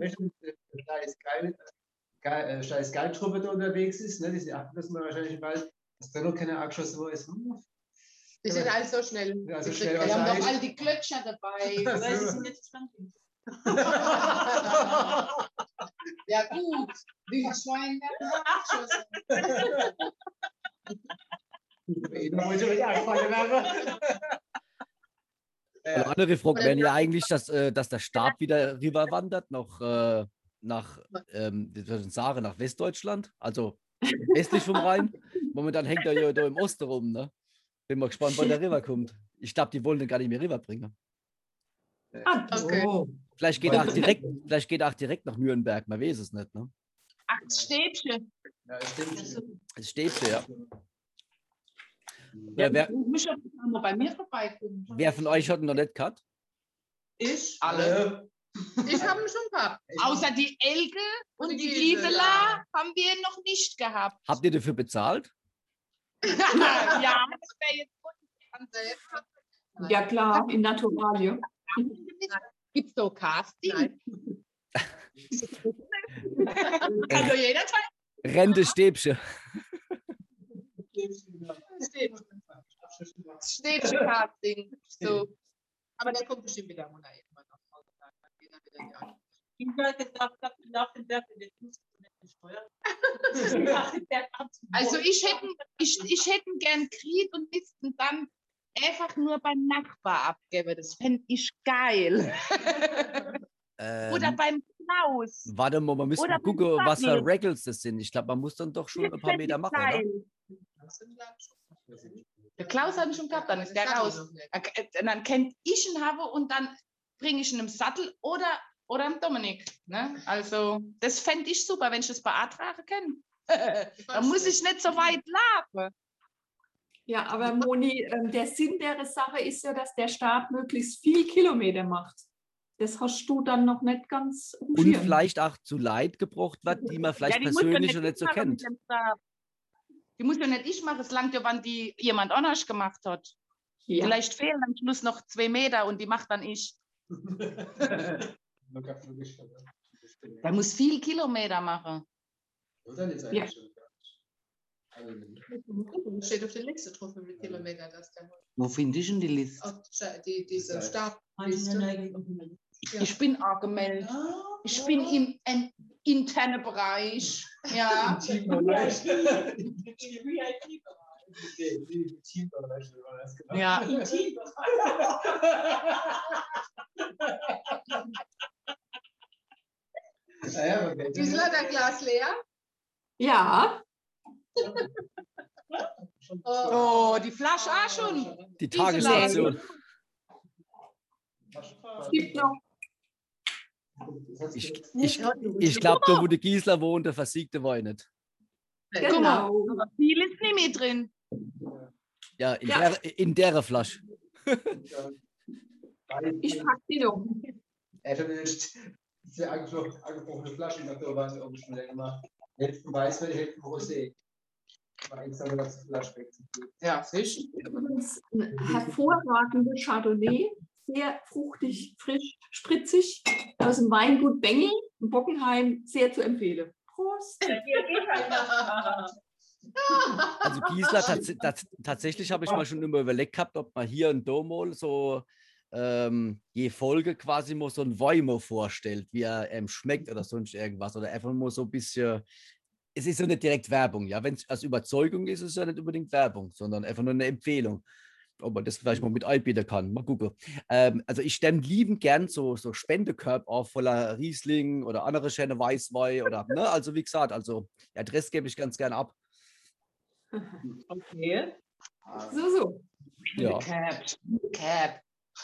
scheiß Geiltruppe da unterwegs ist, ne? Die achten das mal wahrscheinlich im Wald, dass da noch keiner angeschossen worden ist. Die sind alle so schnell. Ja, so schnell Wir haben doch wahrscheinlich. all die Glötscher dabei. Weil sie sind jetzt dran. Ja gut, Wildschwein werden abgeschossen. Da wollte ich euch anfangen, aber. Eine andere Frage wäre ja eigentlich, dass der Stab wieder rüber wandert nach Westdeutschland, also westlich vom Rhein. Momentan hängt er ja da im Osten rum. Ne? Bin mal gespannt, wann der rüber kommt. Ich glaube, die wollen den gar nicht mehr rüberbringen. Okay. Oh. Vielleicht geht er auch direkt nach Nürnberg, man weiß es nicht. Ne? Ach, das Stäbchen. Ja, das stimmt. Das Stäbchen, ja. Ja, Wer du musst ja mal bei mir vorbeikommen. von euch hat ihn noch nicht gehabt? Ich? Alle. Ich habe ihn schon gehabt. Außer die Elke und die Gisela. Gisela haben wir noch nicht gehabt. Habt ihr dafür bezahlt? Ja, das wäre jetzt gut. Ja klar, in Naturalie. Gibt es so Casting? Nein. Also jederzeit. Rente Stäbchen. Stäbchen-Casting. So. Aber der kommt bestimmt wieder runter irgendwann nach Hause. Dann geht er wieder in die Arbeit. Ich habe gesagt, nach dem Berg in den Fuß gesteuert. Also ich hätte gern Krieg und müssten dann einfach nur beim Nachbar abgeben. Das fände ich geil. Oder beim Klaus. Warte mal, man müsste Oder gucken, beim was für Daniel. Regels das sind. Ich glaube, man muss dann doch schon ein paar Meter machen, oder? Der Klaus hat ihn schon gehabt, dann ist der raus. Dann kennt ich ihn habe und dann bringe ich ihn im Sattel oder im Dominik. Ne? Also das fände ich super, wenn ich das bei Adrache kenne. Dann muss ich nicht so weit laufen. Ja, aber Moni, der Sinn der Sache ist ja, dass der Stab möglichst viel Kilometer macht. Das hast du dann noch nicht ganz Und umschirmt. vielleicht auch zu Leid gebracht wird, die man vielleicht die muss ja persönlich noch nicht ich so machen kennt. mit dem Stab. Die muss ja nicht ich machen, es langt ja, wann die jemand anders gemacht hat. Ja. Vielleicht fehlen am Schluss noch 2 Meter und die macht dann ich. Der muss viel Kilometer machen. Ja. Steht auf der Liste drauf, wie viele Kilometer das der Wo finde ich denn die Liste? auf diese Stab Ich bin angemeldet. Ich bin im internen Bereich. Ja. Ja. Gisela, dein Glas leer? Ja, Oh, die Flasche auch schon. Die Gisela. Tagesration. es gibt noch. Ich glaube, da wo die Gisela wohnt, der versiegte Wein nicht. Guck mal, Genau. aber viel ist nicht mehr drin. Ja, Ja. In der Flasche. Ich packe die noch. Diese angebrochene Flaschen, die da waren, auch schon gemacht. Hälften Weißwein, Hälften Rosé. War extra nur das Flasche wegzugeben. Ja, sicher. Übrigens ein hervorragender Chardonnay, sehr fruchtig, frisch, spritzig, aus dem Weingut Bengel in Bockenheim, sehr zu empfehlen. Prost! Also Gisela, tatsächlich habe ich mal schon immer überlegt gehabt, ob man hier in Domol so je Folge quasi mal so ein Wein mal vorstellt, wie er schmeckt oder sonst irgendwas. Oder einfach mal so ein bisschen. Es ist ja nicht direkt Werbung, ja. Wenn es als Überzeugung ist, ist es ja nicht unbedingt Werbung, sondern einfach nur eine Empfehlung. Ob man das vielleicht mal mit einbieten kann. Mal gucken. Also ich stemme liebend gern so Spendekörbe auf voller Riesling oder andere schöne Weißwein oder, ne? Also wie gesagt, also Adresse gebe ich ganz gern ab. Okay. So. Ja. Cap.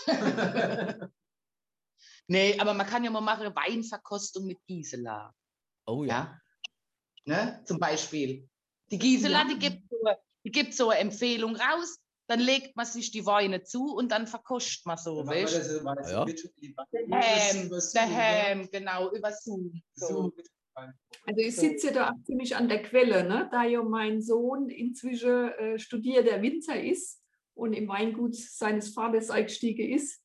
Nee, aber man kann ja mal machen Weinverkostung mit Gisela. Oh ja. Ja. Ne? Zum Beispiel. Die Gisela, Ja. die gibt so eine Empfehlung raus, dann legt man sich die Weine zu und dann verkostet man so, weißt du? Ja. Daheim, genau, über Zoom. So. Also ich sitze da auch ziemlich an der Quelle, ne? Da ja mein Sohn inzwischen studierter Winzer ist und im Weingut seines Vaters eingestiegen ist.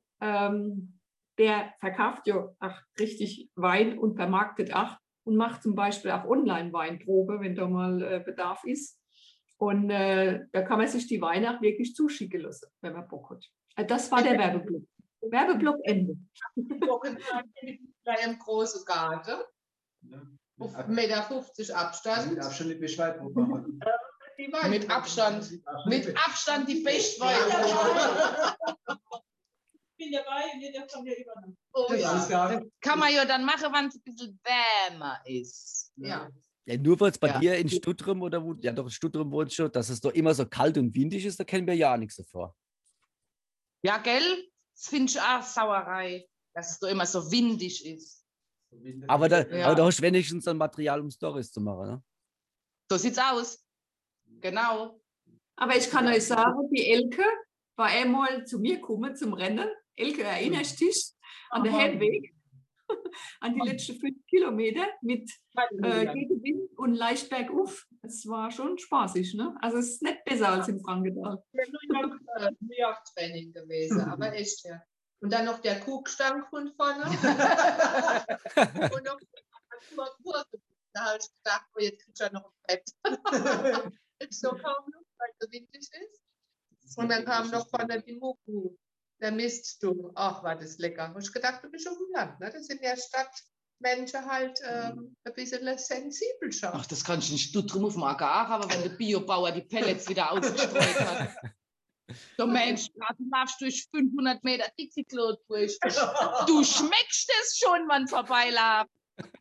Der verkauft ja auch richtig Wein und vermarktet auch und macht zum Beispiel auch Online-Weinprobe, wenn da mal Bedarf ist. Und da kann man sich die Weine auch wirklich zuschicken lassen, wenn man Bock hat. Das war der Werbeblock. Werbeblock Ende. Bei einem großen Garten. Auf 1,50 Meter Abstand. Mit Abstand die Beschreibung machen. Mit Abstand die beste Weine. Ich bin dabei und jeder kommt ja übernommen. Oh ja. Das kann man ja dann machen, wenn es ein bisschen wärmer ist. Ja. Ja, nur weil es bei Ja. dir in Stuttgart oder wo, ja doch in Stuttgart wohnt schon, dass es doch immer so kalt und windig ist, da kennen wir ja nichts davor. Ja, gell? Das finde ich auch Sauerei, dass es so immer so windig ist. Aber da Ja. hast du wenigstens ein Material, um Storys zu machen, ne? So sieht's aus. Genau. Aber ich kann euch sagen, die Elke war einmal zu mir gekommen zum Rennen. Elke, erinnerst du dich an der Heimweg? An die letzten 5 Kilometer mit gegen Wind und leicht bergauf. Es war schon spaßig, ne? Also es ist nicht besser als im Frankenthal. New York Training gewesen, aber echt, ja. Und dann noch der Kuhgestank von vorne. Und noch da habe ich gedacht, oh, jetzt kriegt er noch ein Bett. So kaum noch, weil es so windig ist. Und dann kam noch vorne die Muku. Der Mist, du. Ach, war das lecker. Habe ich gedacht, du bist schon im Land. Ne? Das sind ja Stadtmenschen halt ein bisschen sensibel schon. Ach, das kann ich nicht drum auf dem Agar, aber wenn der Biobauer die Pellets wieder ausgestreut hat. So Mensch, du laufst durch 500 Meter Dixie-Klo durch. Du schmeckst es schon, wenn vorbeiläuft.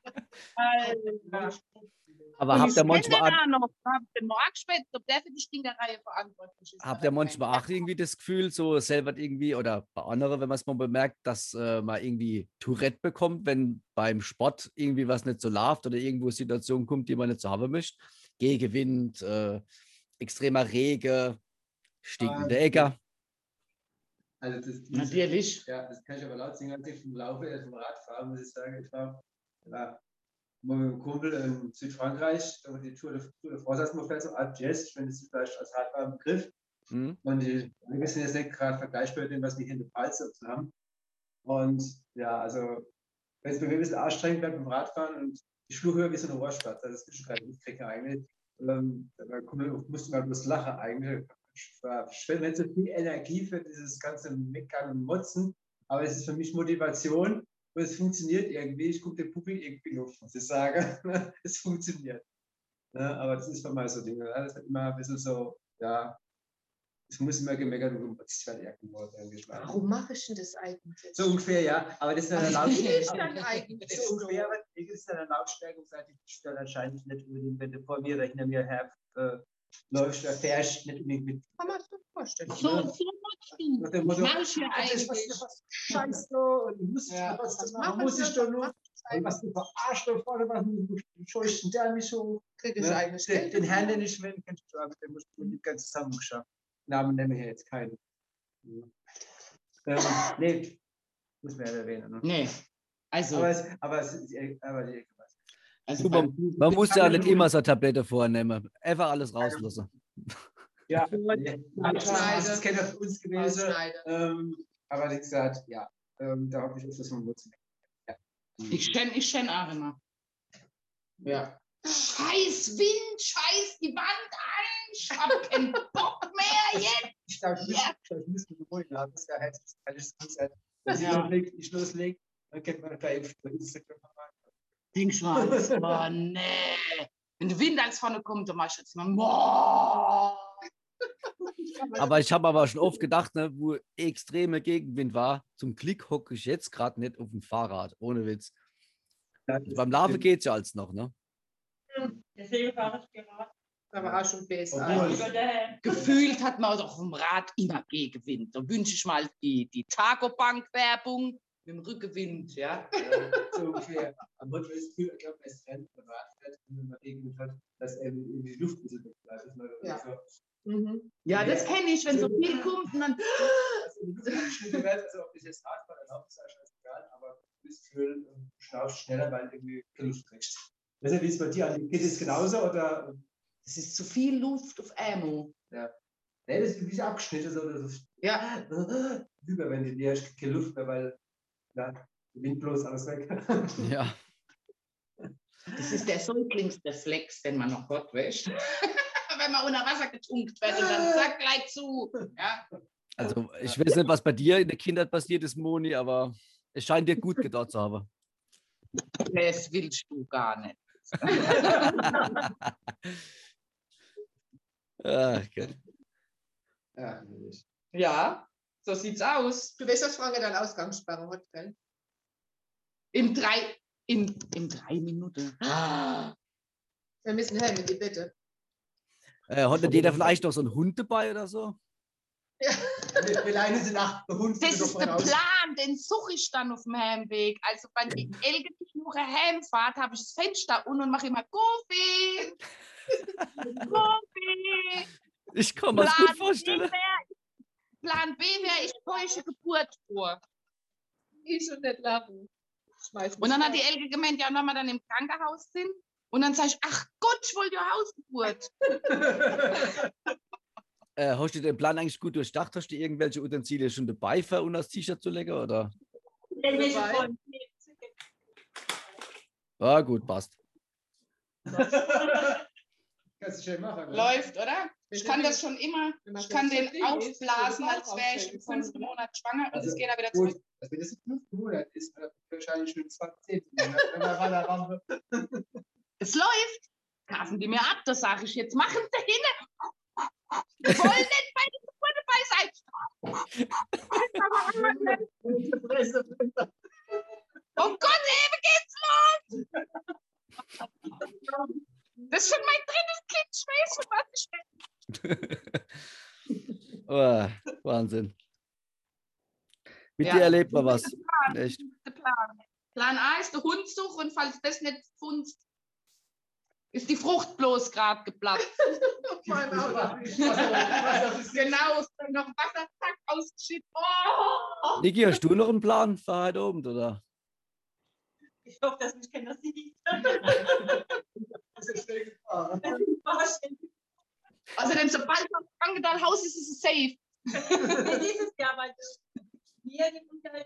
Aber Und habt ich ihr kenne manchmal, den auch noch. Ich habe den Marc gespäht, ob der für die Stinkerei verantwortlich ist. habt ihr manchmal auch irgendwie das Gefühl, so selber irgendwie, oder bei anderen, wenn man es mal bemerkt, dass man irgendwie Tourette bekommt, wenn beim Sport irgendwie was nicht so läuft oder irgendwo Situationen kommt, die man nicht so haben möchte? Gegenwind, extremer Regen, stinkende Äcker. Also das, Natürlich. Ja, das kann ich aber laut singen, als ich vom Laufe, vom Radfahren, muss ich sagen, ich war mal mit einem Kumpel in Südfrankreich, da war die Tour de France, als man fährt, so Art Jazz, ich finde das vielleicht als Radfahrer ein Begriff. Mhm. Und die Wege sind jetzt nicht gerade vergleichbar mit dem, was wir hier in der Pfalz dazu haben. Und ja, also, wenn es bei mir ein bisschen anstrengend wird beim Radfahren und die Flughöhe wie so eine Rohrspatz, also das ist schon gerade mitkriegen eigentlich. Da musste man bloß lachen eigentlich. Ich verschwende nicht so viel Energie für dieses ganze Meckern und Motzen. aber es ist für mich Motivation und es funktioniert irgendwie. Ich gucke den Puppy irgendwie Luft, muss ich sagen. Es funktioniert. Ja, aber das ist bei mir so Dinge. Ja, das ist immer ein bisschen so, ja, es muss immer gemeckert und gemotzt werden irgendwo. Warum mache ich denn das eigentlich? So ungefähr, ja. Aber das ist eine Was will ich Lautstärke. dann eigentlich? So ungefähr, aber das ist eine Lautstärke, die stört anscheinend nicht unbedingt, wenn du vor mir oder hinter mir her läufst oder fährst, nicht unbedingt mit. Kann man sich vorstellen. So machst Nach dem du. Motto, Mach ich ja das ist eigentlich. was Scheiße, und du musst Ja. was Das machen, machen muss wir ich doch doch, nur. macht Und was du verarscht da vorne, was du scheuchten der mich so. Kriege ich Ne? eigentlich Den, Geld den Herrn, dafür? den ich will, kennst du, aber den musst du mit ganz zusammen geschafft. Namen nennen wir hier jetzt keinen. Nee, muss man ja erwähnen. Ne? Nee. Also, Aber also Man muss ja nicht immer so eine Tablette vornehmen. Einfach alles rauslassen. ja, nee, Ausschneiden. das ist keiner für uns gewesen. Ausschneiden. Aber wie gesagt, ja, da habe ich öfters mal Mut. Ja. ich kenn auch immer. Ja. Scheiß Wind, scheiß die Wand an, ich hab keinen Bock mehr jetzt. Ich glaube, ich müsste mich beruhigen. Das ist ja alles gut. Wenn Ja. ich loslege, dann kennt man gleich bei Instagram. Denkst du mal, oh nee. Wenn der Wind als vorne kommt, dann mach ich jetzt mal, boah. Aber ich habe aber schon oft gedacht, ne, wo extreme Gegenwind war, zum Glück hocke ich jetzt gerade nicht auf dem Fahrrad, ohne Witz. Beim Laufen geht es ja als noch, ne? Deswegen fahre ich gerade. Aber auch schon besser. Obwohl- Über der Gefühlt hat man doch im Rad immer Gegenwind. Da wünsche ich mal die Tagobank-Werbung mit dem Rückenwind, ja. So ungefähr. Am Motto ist, ich glaube, es rennt, wenn man irgendwie hat, dass eben die Luft ein bisschen wegbleibt. Ja. So. Mhm. Ja, das kenne ich, wenn so viel kommt und dann. Also, die Luft abgeschnitten wird, also ob das jetzt Radfahren erlaubt ist, ist scheißegal, aber du bist Gefühl, du schnaufst schneller, weil du irgendwie keine Luft kriegst. Weißt du, wie es bei dir an geht es genauso oder? Es ist zu viel Luft auf Ammo. Nee, das ist wie abgeschnitten, so das ist Ja, über, wenn die hast keine Luft mehr, weil ja, der Wind bloß alles weg. Ja. das ist der Säuglingsreflex, den man noch Gott wäscht. Wenn man unter Wasser getunkt wird und dann zack, gleich zu. Ja. Also ich weiß nicht, was bei dir in der Kindheit passiert ist, Moni, aber es scheint dir gut gedacht zu haben. Das willst du gar nicht. Ach, Gott. Ja, Ja, so sieht's aus. Du weißt, dass Franke dann Ausgangssperre hat, gell? In 3 Minuten. Wir müssen helfen, die Bitte. Hat nicht jeder vielleicht noch so einen Hund dabei oder so? wir leiden sie nach der Hund. Das ist der Plan, den suche ich dann auf dem Heimweg. Also wenn die Elke sich nur heimfahrt, habe ich das Fenster unten und mache immer Goofy. Goofy. Ich kann mir das gut vorstellen. Plan B wäre, ich täusche Geburt vor. Ich schon nicht lachen. Schmeiß mich Und dann hat die raus. Elke gemeint, ja, wenn wir dann im Krankenhaus sind. Und dann sage ich, ach Gott, ich wollte ja Hausgeburt. Hast du den Plan eigentlich gut durchdacht? Hast du irgendwelche Utensilien schon dabei, für um das T-Shirt zu legen? Oder? Ah, gut, passt. Kannst du schön machen. Ne? Läuft, oder? Ich kann das schon immer. Ich kann den aufblasen, als wäre ich im 5. Monat schwanger und Also, es geht da wieder gut, zurück. also wenn das im 5. Monat ist, wahrscheinlich schon 20. Wenn man weiter ran. Es läuft. Kaufen die mir ab, das sage ich jetzt. Machen Sie hin. Wir wollen nicht bei der Geburt dabei sein. Oh Gott, Eve, geht's los! Das ist schon mein drittes Kind, ich weiß schon, was ich will. Oh, Wahnsinn. Mit Ja. dir erlebt man was. Echt. Der Plan. Plan A ist der Hundsuch und falls das nicht funzt, ist die Frucht bloß gerade geplatzt. Mein Auge. Genau, ist dann noch Wasser, zack, ausgeschüttet. Oh! Niki, hast du noch einen Plan für heute Abend, oder? Ich hoffe, dass mich keiner sieht. Das ist schnell gefahren. Also denn sobald das Frankenthal-Haus ist, ist es safe. Dieses Jahr, weil wir die Unterhaltung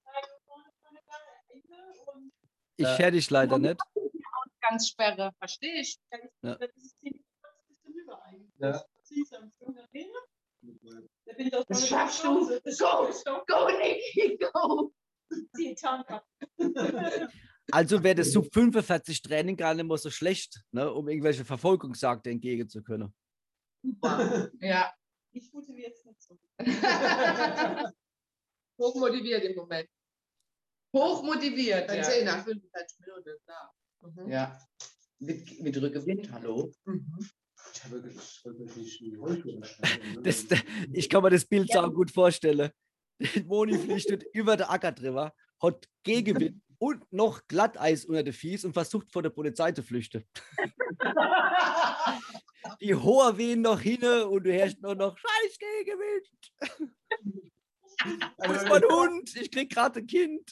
und Ich hätte dich leider nicht. Ausgangssperre, verstehe ich. Ja. das ist ziemlich rüber eigentlich. Ja. Sie ist am Arena. Der bin doch Das mal schaffst zu Hause. du. Das Go, schaff ich doch. go, Niki, go. Die Tarn ab. Also wäre das Sub 45 Training gar nicht mehr so schlecht, ne, um irgendwelche Verfolgungsjagden entgegen zu können. Ja. Ich motiviere jetzt nicht so. Hochmotiviert im Moment. Hochmotiviert, Dann ja. 10 nach 45 Minuten, klar. Mhm. Ja. Mit Rückenwind, hallo. Ich habe wirklich die Rollschuhe geschnallt. Ich kann mir das Bild so gut vorstellen. Moni fliegt über den Acker drüber, hat Gegenwind und noch Glatteis unter den Fies und versucht vor der Polizei zu flüchten. Die hohe Wehen noch hin und du hörst nur noch Scheiß Gegenwind. Wo ist mein Hund? Ich krieg gerade ein Kind.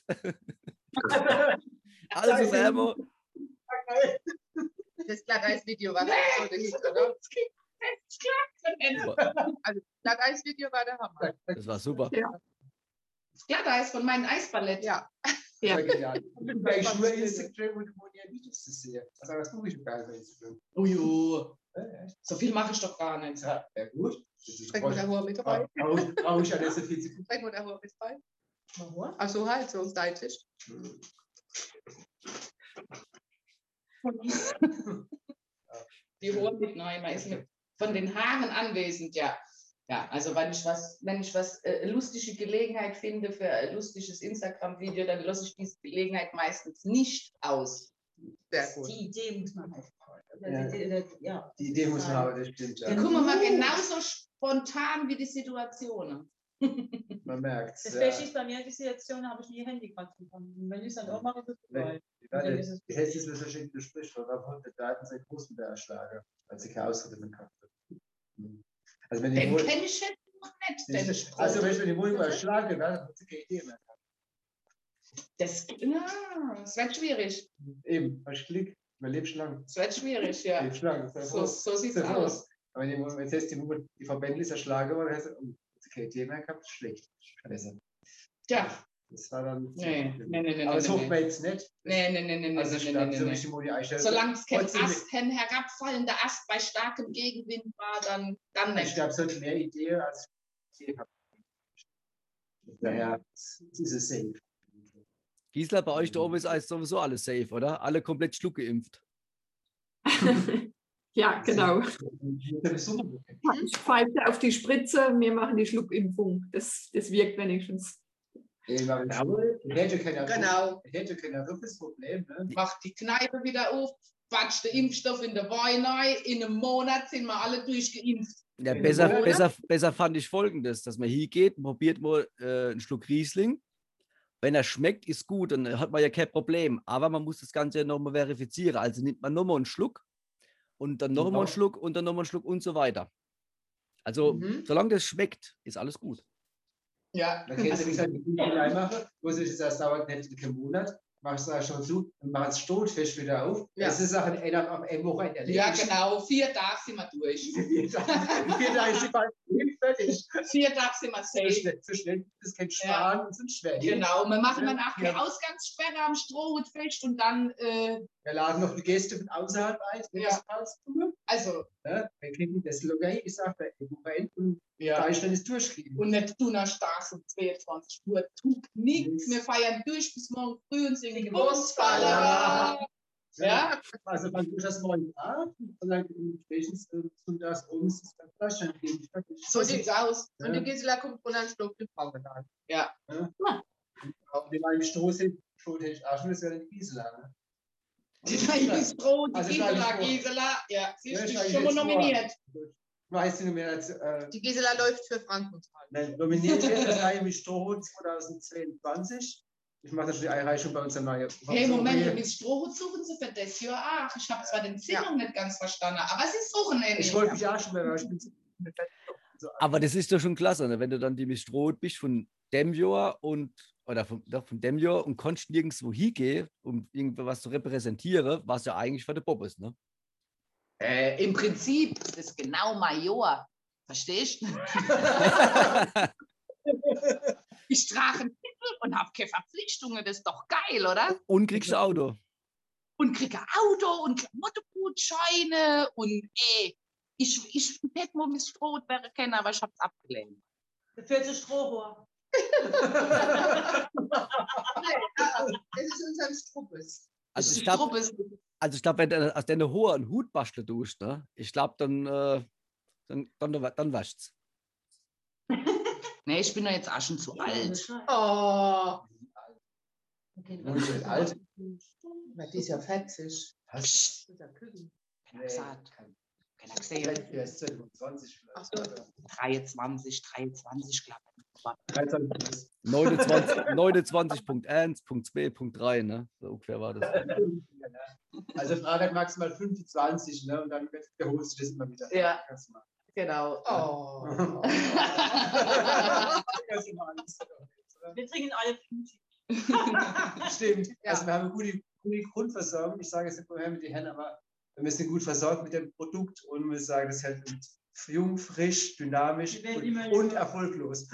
Also Servo. Das Glatteis-Video war so der Hit, oder? Also, das Glatteis-Video war der Hammer. Das war super. Das Glatteis von meinem Eisballett. Ja. Das war genial. Ich bin bei nur Instagram und Moni Videos zu sehen. Also das gucke ich geil bei Instagram. Ujo. So viel mache ich doch gar nicht. Ja, gut. Bringt man da hoch mit rein? Brauche ich ja nicht so viel zu tun. Bringt man da hoch mit rein? Also halt, so seitlich. Die hohen mit nein, man ist mit von den Haaren anwesend, ja. Ja, also wenn ich was lustige Gelegenheit finde für ein lustiges Instagram-Video, dann lasse ich diese Gelegenheit meistens nicht aus. Sehr gut. Die Idee muss man halt Ja. Die Idee muss man haben, das stimmt. Da Ja. gucken wir mal genauso spontan wie die Situationen. Man merkt Das es. Beste ist bei mir, die Situation habe ich nie Handy gerade gefunden. Und wenn ich es dann auch mache, ist es vorbei. Die Hälfte ist so schön gespricht, weil man die Daten sehr groß mit der Erschlage, als ich keine Ausrede mehr hatte. Also wenn die Den Wohnung, kenne ich jetzt noch nicht. Den also wenn ich die Wohnung erschlage, dann hat sie keine Idee mehr. das wird schwierig. Eben, hast Klick, man lebt schon lang. Das wird schwierig, ja. Lebt schon lang. So sieht es aus. Aber wenn jetzt die Verbände ist erschlagen worden, heißt es, oh, sie keine Idee mehr gehabt, schlecht. Scheiße. Ja. Das war dann. Nee. Aber das hofft man jetzt nicht. Nee. Also ich glaube, so wie ich die Moni einstelle. Solange es kein herabfallender Ast bei starkem Gegenwind war, dann Ich nicht. glaube, es hat mehr Ideen als ich Idee habe. Daher ist es safe. Gisela, bei euch da oben ist eigentlich sowieso alles safe, oder? Alle komplett schluckgeimpft. Ja, genau. Das ist super. Ich pfeife auf die Spritze, wir machen die Schluckimpfung. Das wirkt wenigstens. Ich hätte kein Genau. wirkliches Problem. Ne? Macht die Kneipe wieder auf, quatscht den Impfstoff in der Wein rein. In einem Monat sind wir alle durchgeimpft. Ja, Ja, besser fand ich Folgendes, dass man hier geht, probiert mal einen Schluck Riesling. Wenn er schmeckt, ist gut, dann hat man ja kein Problem. Aber man muss das Ganze ja nochmal verifizieren. Also nimmt man nochmal einen Schluck und dann nochmal einen Schluck und dann nochmal einen Schluck und so weiter. Also, solange das schmeckt, ist alles gut. Ja. Dann kannst du nicht die Kuchen reinmachen, muss ich das dauert nicht einen Monat, machst du das schon zu und machst Stotfisch wieder auf. Ja. Das ist auch am Wochenende erledigt. Ja, genau. 4 Tage sind wir durch. 4 Tage ist die bald fertig. 4 Tage sind wir safe. So schnell gibt es kein Sparen und so ein Schwert. Genau. Wir machen dann auch keine Ja. Ausgangssperre am Strohhutfest und dann, Wir laden noch die Gäste von außerhalb ein. Ja. also, Ja, wir kriegen das Logai gesagt, bei Wochenende und Deutschland ist durchgegeben. und nicht Donnerstags um 22 Uhr. Tut nichts. Wir feiern durch bis morgen früh und singen Geburtstagsfeier. Ja. Also man tut das morgen ab und dann spätestens tun das uns das Deutschland geben. So sieht's aus. Und die Gisela kommt von einem Schluck mit Frauenladen. Ja. Auch wenn man im Stroh sind, schon hätte ich auch schon, das wäre die Gisela. Ne? Die Stroh, die Also Gisela, ja, sie Ja, ist ich schon mal jetzt nominiert. Weißt du mehr als Die Gisela läuft für Frankenthal. nominiert jetzt das Reihe mit Strohhut 2022. Ich mache natürlich die Einreichung bei unserem neuen. Hey, Moment, mit Strohhut suchen sie für das Jahr. Ach, ich habe zwar den Sinn noch nicht ganz verstanden, aber sie suchen ihn. Ich wollte mich auch schon mal, ich bin so Aber das ist doch schon klasse, ne? Wenn du dann die Miss Stroh bist von dem Jahr von dem Jahr und kannst nirgendwo hingehen, um irgendwas zu repräsentieren, was ja eigentlich für den Bob ist, ne? Im Prinzip ist es genau Major. Verstehst du? Ich trage einen Titel und habe keine Verpflichtungen. Das ist doch geil, oder? Und kriegst du Auto. Und kriege ein Auto und Klamottengutscheine und ich hätte mal Miss Stroh wäre kennen, aber ich habe es abgelehnt. Für das Strohrohr. Das ist unser Struppes. Also ich Strupp glaube, ist wenn du aus deiner Hohe einen Hut basteln tust, ne? Ich glaube, dann wäscht's. Nee, ich bin doch jetzt auch schon zu alt. Oh, Okay, Nun ist nicht alt. die ist ja 40. Hast Keiner gesagt. Keiner gesehen. vielleicht erst 20 Ach vielleicht. so. 23, glaube ich. 13 plus. 29.1.2.3, ne? So ungefähr war das. Also Frage hat maximal 25, ne? Und dann wiederholt sich das immer wieder. Ja. Ganz normal. Genau. Oh. Ganz normal. Wir trinken alle 50. Stimmt. Ja. Also wir haben eine gute Grundversorgung. Ich sage es nicht vorher mit den Herren, aber wir sind gut versorgt mit dem Produkt und wir sagen, das hält uns jung, frisch, dynamisch Die werden immer und jünger. erfolglos.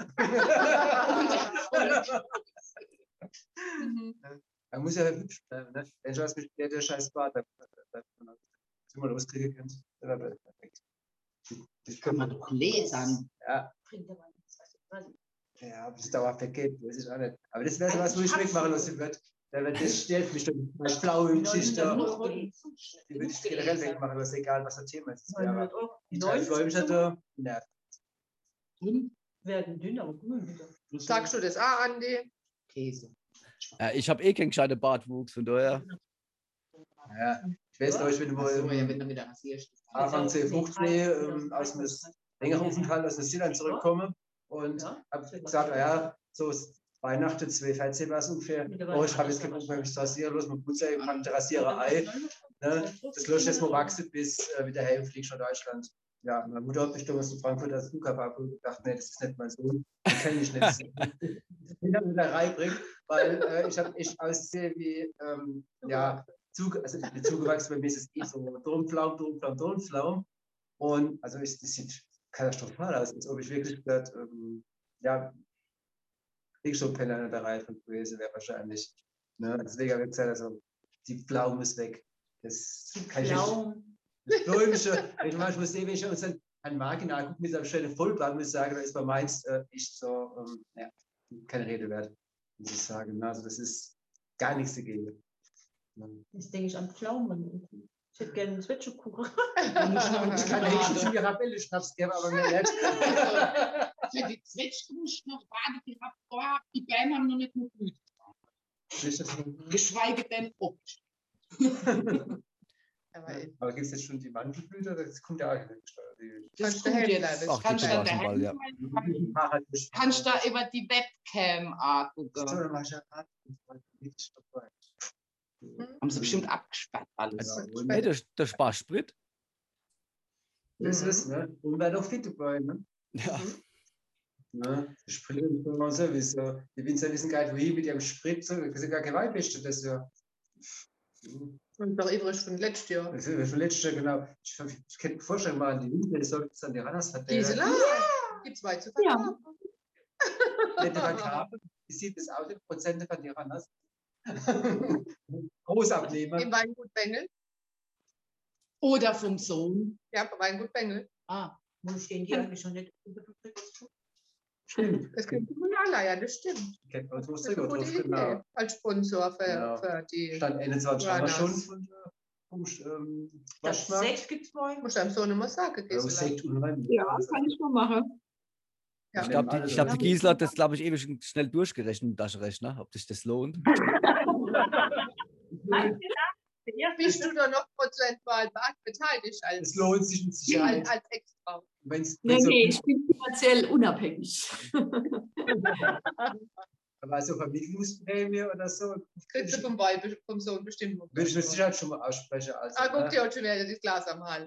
Mhm. Man muss ja hübsch bleiben, ne? Wenn schon was mit der scheiß Bart, da sind wir loskriegen können. Das wäre perfekt. Das Kann man doch lesen. Ja, Trinkt aber nichts. ja, bis Dauer vergeht, weiß ich auch nicht. Aber das wäre so was, wo ich wegmachen lassen würde. Das stellt mich dann als blaue Geschichte. Die würde ich generell wegmachen, was egal, was das Thema ist. Ja, aber 900 Euro. die drei Fläumchen da, nervt. Werden dünn, aber grün wieder. Sagst du das auch, Andi? Käse. Ich habe keinen gescheiten Bartwuchs, von daher. Ja, ich weiß noch, ich bin Ach so, ja, mal wenn du wieder rasierst. Anfang 2015 aus einem längeren Aufenthalt aus Neuseeland zurückgekommen und Ja. habe gesagt, ja, so ist Weihnachten 2014 war es ungefähr. Oh, ich habe jetzt geguckt, wenn ich rasieren los, mit Putzer, ich packe den Rasierer ein. Ne? Das löscht jetzt mal wachsen, bis wieder heimfliegt von Deutschland. Ja, meine Mutter hat mich damals in Frankfurt als Flughafen abgeholt und gedacht, nee, das ist nicht mein Sohn, den kenne ich nicht. Den habe ich wieder reinbringen, weil ich habe echt ausgesehen wie, ja, also ich bin zugewachsen, bei mir ist es eh so Dornflaum. Und also das sieht katastrophal aus, als ob ich wirklich gesagt, ja, ich schon Penner in der Reihe gewesen wäre wahrscheinlich. Ne? Deswegen habe ich gesagt, also die Pflaume ist weg. Das kann ich nicht. Das Bläumische, ich manchmal sehe, wenn ich uns an Marginal gucke mit seinem schönen Vollbart, muss ich sagen, da ist bei meins echt so, ja, keine Rede wert, muss ich sagen. Also das ist gar nichts dagegen. Jetzt denke ich an Pflaumen. Ich hätte gerne einen Zwetschgenkuchen. Ich kann echt schon Mirabelle-Schnaps geben, aber mir nicht. Für die Zwetschgenschnappade, die Bäume haben noch nicht mehr Blüte. Geschweige denn optisch. Aber gibt es jetzt schon die Mandelblüte? Das kommt ja auch nicht. Das Kannst du kommt helfen, jetzt. David? Ach, die Kannst du an der Orangenball, ja. Kannst du da über die Webcam So, gucken. dann mach ich ja gerade. Dabei. Haben sie bestimmt abgesperrt alles. Ja, Hey, der spart Sprit. das ist, ne? Und wer noch fit dabei, ne? Ja. Ne? Sprit und sowieso. Die Winzer wissen gar nicht, wohin mit ihrem Sprit. So, das ist gar kein Weihbeste, das ist ja. Und noch übrig von letztes Jahr. Das ist schon letztes Jahr, genau. Ich könnte mir vorstellen, mal an die Winzer, das soll jetzt an die Ranners verteilen. Gisela, gibt es weit zu verkaufen. Nicht verkaufen. Wie sieht das aus, die Prozente von die Ranners? Großabnehmer. Im Weingut Bengel. Oder vom Sohn. Ja, Weingut Bengel. Ah, wo stehen die eigentlich schon nicht? Stimmt. Das kriegt die Kommunaler, ja, das stimmt. Kennt man Das ist Trostreger eine gute drauf, Idee. genau. Als Sponsor Genau. für die. Stand 21 haben wir Runners. schon vom Das Waschmarkt. Sekt gibt es neu. Muss deinem Sohn immer sagen, Ja, Gisela. Sekt unheimlich. Ja, kann ich mal machen. Ja. Ich glaube, die Gisela hat das, glaube ich, ewig schnell durchgerechnet im Taschenrechner, ob sich das lohnt. Bist du da noch prozentual beteiligt Es als, lohnt sich mit Sicherheit. als Extra? Wenn's, Nee, wenn's nee, ich bin finanziell unabhängig. aber so Vermittlungsprämie oder so, Kriegst du vom Sohn bestimmt noch. würde ich mit Sicherheit schon mal aussprechen. Also, Ah, guck ne? dir auch schon wieder das Glas am Hals.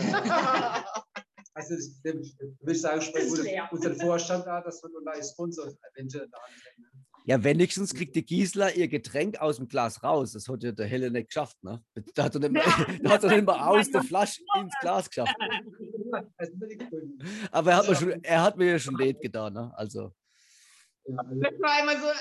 Also das würde ich sagen, spreche unseren Vorstand da, dass wir nur da Sponsor eventuell da anhängen. Ja, wenigstens kriegt die Gisela ihr Getränk aus dem Glas raus. Das hat ja der Helle nicht geschafft. Ne? Da hat er nicht mal aus der Flasche ins Glas geschafft. Also nur die Grünen. Aber er hat mir ja schon leid getan. Ne? Also, Ja, also, Das war immer so,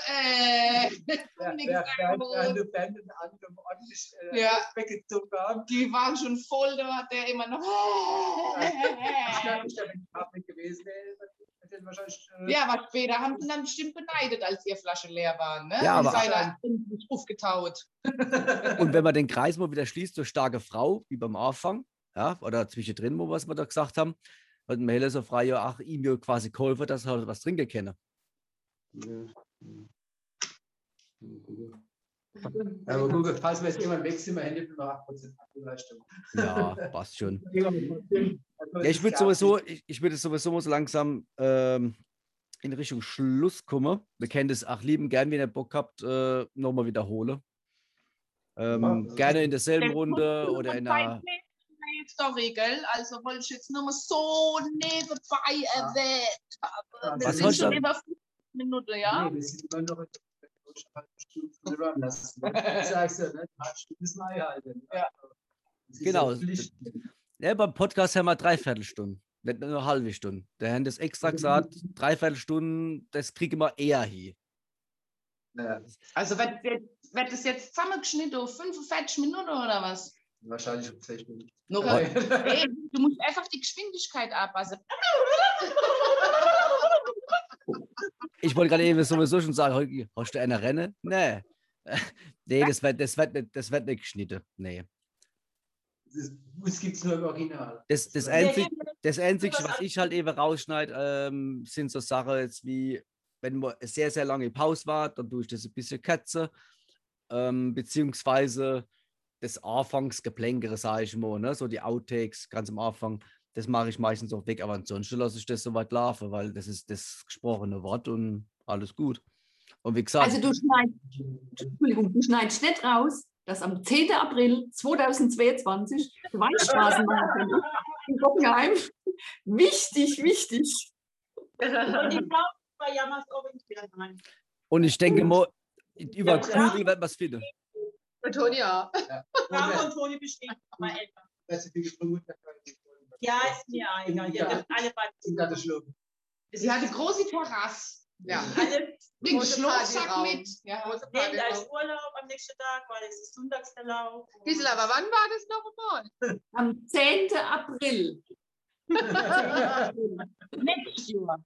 während die Band in anderem ordentlich Ja. weggezogen haben. die waren schon voll, da hat der immer noch. Ich glaube, ich wäre gewesen. den wahrscheinlich. Ja, aber später haben sie dann bestimmt beneidet, als ihr Flasche leer war. Ne? Ja, Und aber- seiner endlich aufgetaut. Und wenn man den Kreis mal wieder schließt durch starke Frau, wie beim Anfang, ja, oder zwischendrin, wo was wir da gesagt haben, hat Mele so frei, ja, ach, ihm ja quasi geholfen, dass er was trinken kann. Ja. Aber guck, falls wir jetzt irgendwann weg sind, wir Handy für noch 8% Akkuleistung. Ja, passt schon. Ja, Ja, ich würde sowieso mal so langsam in Richtung Schluss kommen. Wir kennen das auch lieben gern, wenn ihr Bock habt, nochmal wiederholen. Gerne in derselben Runde oder in einer. Story, gell? Also wollte ich jetzt nur mal so nebenbei erwähnt haben. Wir Was sind hast du schon da- über 5 Minuten, ja? Nee, wir sind immer noch in der Stunde Run lassen. Ich sag's ja, ne? 8 Stunden ist neu halten. Ja. Das ist Genau. ja Pflicht. Ja, beim Podcast haben wir 3/4 Stunde, nicht nur eine halbe Stunde. Der haben das extra gesagt, 3/4 Stunden, das kriegen wir eher hier. Ja, Also wird das jetzt zusammengeschnitten auf 45 Minuten oder was? wahrscheinlich um 10 Stunden. Noch Ja. Ey, du musst einfach die Geschwindigkeit anpassen. Ich wollte gerade eben sowieso schon sagen, Holgi, hast du eine Renne? Nee. Nee, das wird nicht geschnitten. Nee. Das gibt es nur im Original. Das Einzige, was ich halt eben rausschneide, sind so Sachen jetzt wie, wenn man eine sehr, sehr lange Pause war, dann tue ich das ein bisschen kürzer, beziehungsweise das Anfangsgeplänkere, sage ich mal, ne? So die Outtakes ganz am Anfang, das mache ich meistens auch weg, aber ansonsten lasse ich das so weit laufen, weil das ist das gesprochene Wort und alles gut. Und wie gesagt, Also du schneidest nicht raus, dass am 10. April 2022 der Weinstraßenmarathon in Bockenheim. Wichtig, wichtig. Und die Blau bei Jammers Orange wieder rein. und ich denke mal, über Google wird man es finden. Antonia. Frank und Toni bestehen aber älter. Ja, ist mir egal. Ihr dürft alle beiden. Sie hat eine große Terrasse. Ja. Alle Bring Große Schlafsack Partyraum. mit. Ja. Große nehmen Party als auch. Urlaub am nächsten Tag, weil es ist sonntags der Lauf. Gisela, aber wann war das noch einmal? Am 10. April. Next year.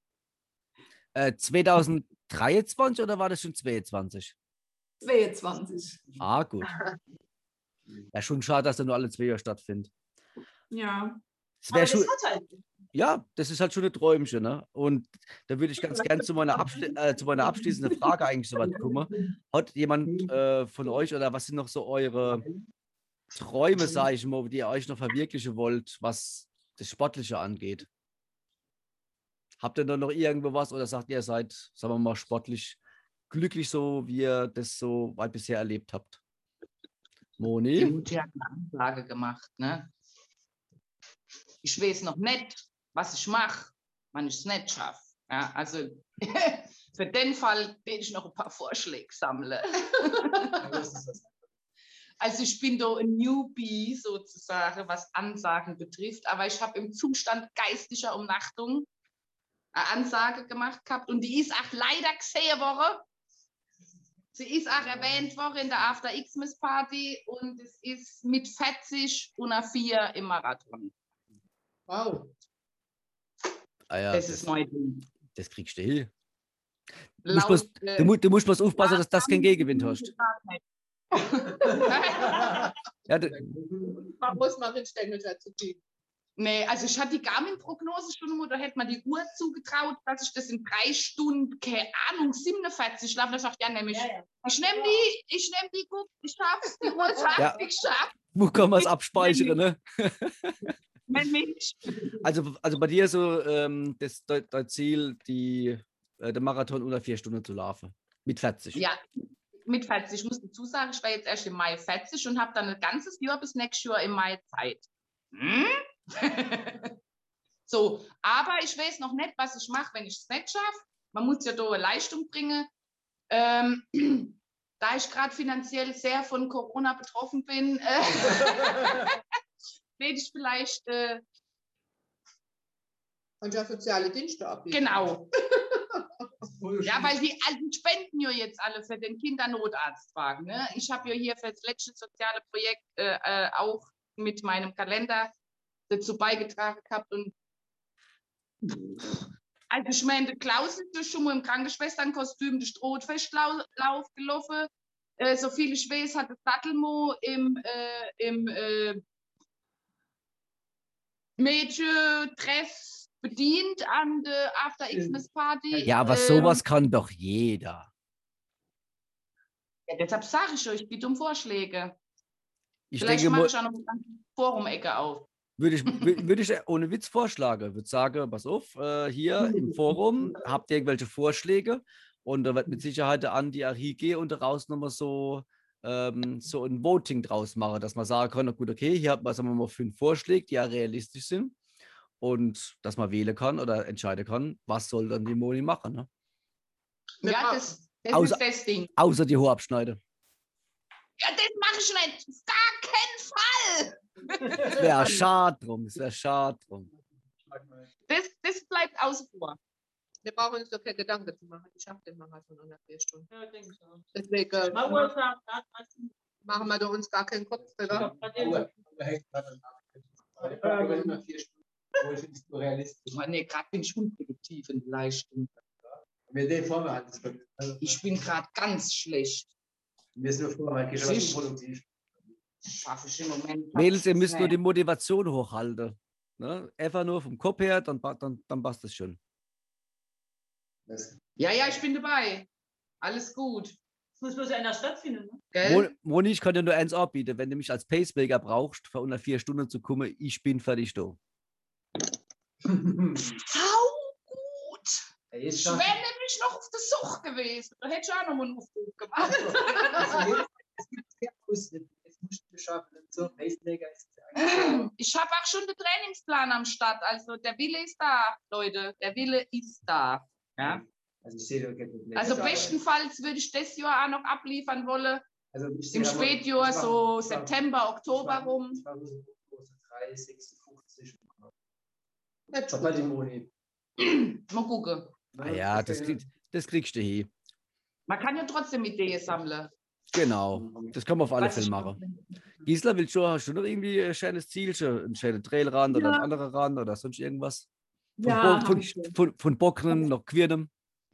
2023 oder war das schon 22? 22. Ah, gut. Ja, schon schade, dass er nur alle 2 Jahre stattfindet. Ja. Es Aber wäre das schon, hat halt. ja, das ist halt schon ein Träumchen, ne? Und da würde ich ganz gern zu meiner abschließenden Frage eigentlich so weit kommen. Hat jemand von euch oder was sind noch so eure Träume, sage ich mal, die ihr euch noch verwirklichen wollt, was das Sportliche angeht? Habt ihr da noch irgendwo was oder sagt ihr, seid, sagen wir mal, sportlich glücklich so, wie ihr das so weit bisher erlebt habt? Die Moni? Mutter hat eine Ansage gemacht. Ne? Ich weiß noch nicht, was ich mache, wenn ich es nicht schaffe. Ja, also für den Fall werde ich noch ein paar Vorschläge sammeln. Also ich bin da ein Newbie sozusagen, was Ansagen betrifft, aber ich habe im Zustand geistlicher Umnachtung eine Ansage gemacht gehabt und die ist auch leider gesehen worden. Sie ist auch erwähnt worden in der After Xmas Party und es ist mit 40 und einer 4 im Marathon. Wow. Ah ja, Das ist neu. das kriegst du hin. Laut, Du musst bloß aufpassen, dass das kein Gegenwind hast. Ja, Man muss mal den Stängel dazu ziehen. Nee, also ich hatte die Garmin-Prognose schon mal, da hätte man die Uhr zugetraut, dass ich das in 3 Stunden, keine Ahnung, 47 schlafe. Da sagt ja nämlich, Ja, ja. ich nehme die, guck, ich schaff's, die Uhr sagt, Ja. ich schaff's. wo kann man es abspeichern, ne? Nämlich, Also bei dir so dein Ziel, der Marathon unter 4 Stunden zu laufen. Mit 40. ja, mit 40. Ich muss dazu sagen, ich war jetzt erst im Mai 40 und habe dann ein ganzes Jahr bis nächstes Jahr im Mai Zeit. Hm? So, aber ich weiß noch nicht, was ich mache, wenn ich es nicht schaffe. Man muss ja da eine Leistung bringen. Da ich gerade finanziell sehr von Corona betroffen bin, werde ich vielleicht, Und ja soziale Dienste abbieten. genau. Ja, weil die Alten spenden ja jetzt alle für den Kindernotarztwagen. Ne? Ich habe ja hier für das letzte soziale Projekt auch mit meinem Kalender dazu beigetragen gehabt und Also ich meine, der Klaus ist schon mal im Krankenschwesternkostüm den Strohfestlauf gelaufen. So viel ich weiß, hat das Sattelmo im Mädchen-Treff bedient an der After-Xmas-Party. Ja, aber sowas kann doch jeder. Ja, deshalb sage ich euch, ich bitte um Vorschläge. Ich Vielleicht denke, mache ich auch noch eine Forum-Ecke auf. würde ich ohne Witz vorschlagen. Würde sagen, pass auf, hier im Forum habt ihr irgendwelche Vorschläge und da wird mit Sicherheit der Andi auch hingehen und daraus nochmal so ein Voting draus machen, dass man sagen kann, na gut, okay, hier hat man, sagen wir mal, 5 Vorschläge, die ja realistisch sind und dass man wählen kann oder entscheiden kann, was soll dann die Moni machen. Ne? Ja, das Außer- ist das Ding. Außer die Haarabschneide. Ja, das mache ich nicht. Auf gar keinen Fall. Es wäre schade drum, Das bleibt außen vor. Wir brauchen uns doch keine Gedanken zu machen. Ich schaffe den Marathon unter 4 Stunden. Ja, denke ich auch. Deswegen machen wir doch uns gar keinen Kopf drüber. Ich meine, gerade bin ich unproduktiv in 3 Stunden. Ich bin gerade ganz schlecht. Wir sind nur vorher produktiv. Schaffe ich im Moment. Mädels, ihr müsst nur die Motivation hochhalten. Ne? Einfach nur vom Kopf her, dann passt das schon. Ja, ich bin dabei. Alles gut. Es muss bloß einer stattfinden. Ne? Gell? Moni, ich kann dir nur eins anbieten. Wenn du mich als Pacemaker brauchst, für unter 4 Stunden zu kommen, ich bin fertig da. Sau gut. Ich wäre nämlich noch auf der Suche gewesen. Da hätte ich auch noch mal einen Aufruf gemacht. Es gibt sehr Ausschnitte. Es musst du schaffen. So, Pacemaker ist Ich habe auch schon den Trainingsplan am Start. Also der Wille ist da, Leute. Der Wille ist da. Ja? Also ich sehe da kein Problem. Also bestenfalls würde ich das Jahr auch noch abliefern wollen. Also Im Spätjahr, so September, Oktober rum. Ich war so große 3, 56. Das war die Moni. Mal gucken. Ah ja, das kriegst du hin. Man kann ja trotzdem Ideen sammeln. Genau, das kann man auf alle Fälle machen. Gisela, hast du noch irgendwie ein schönes Ziel, ein schönes Trailrand oder ein anderer Rand oder sonst irgendwas? Von Bocknem noch Queernem?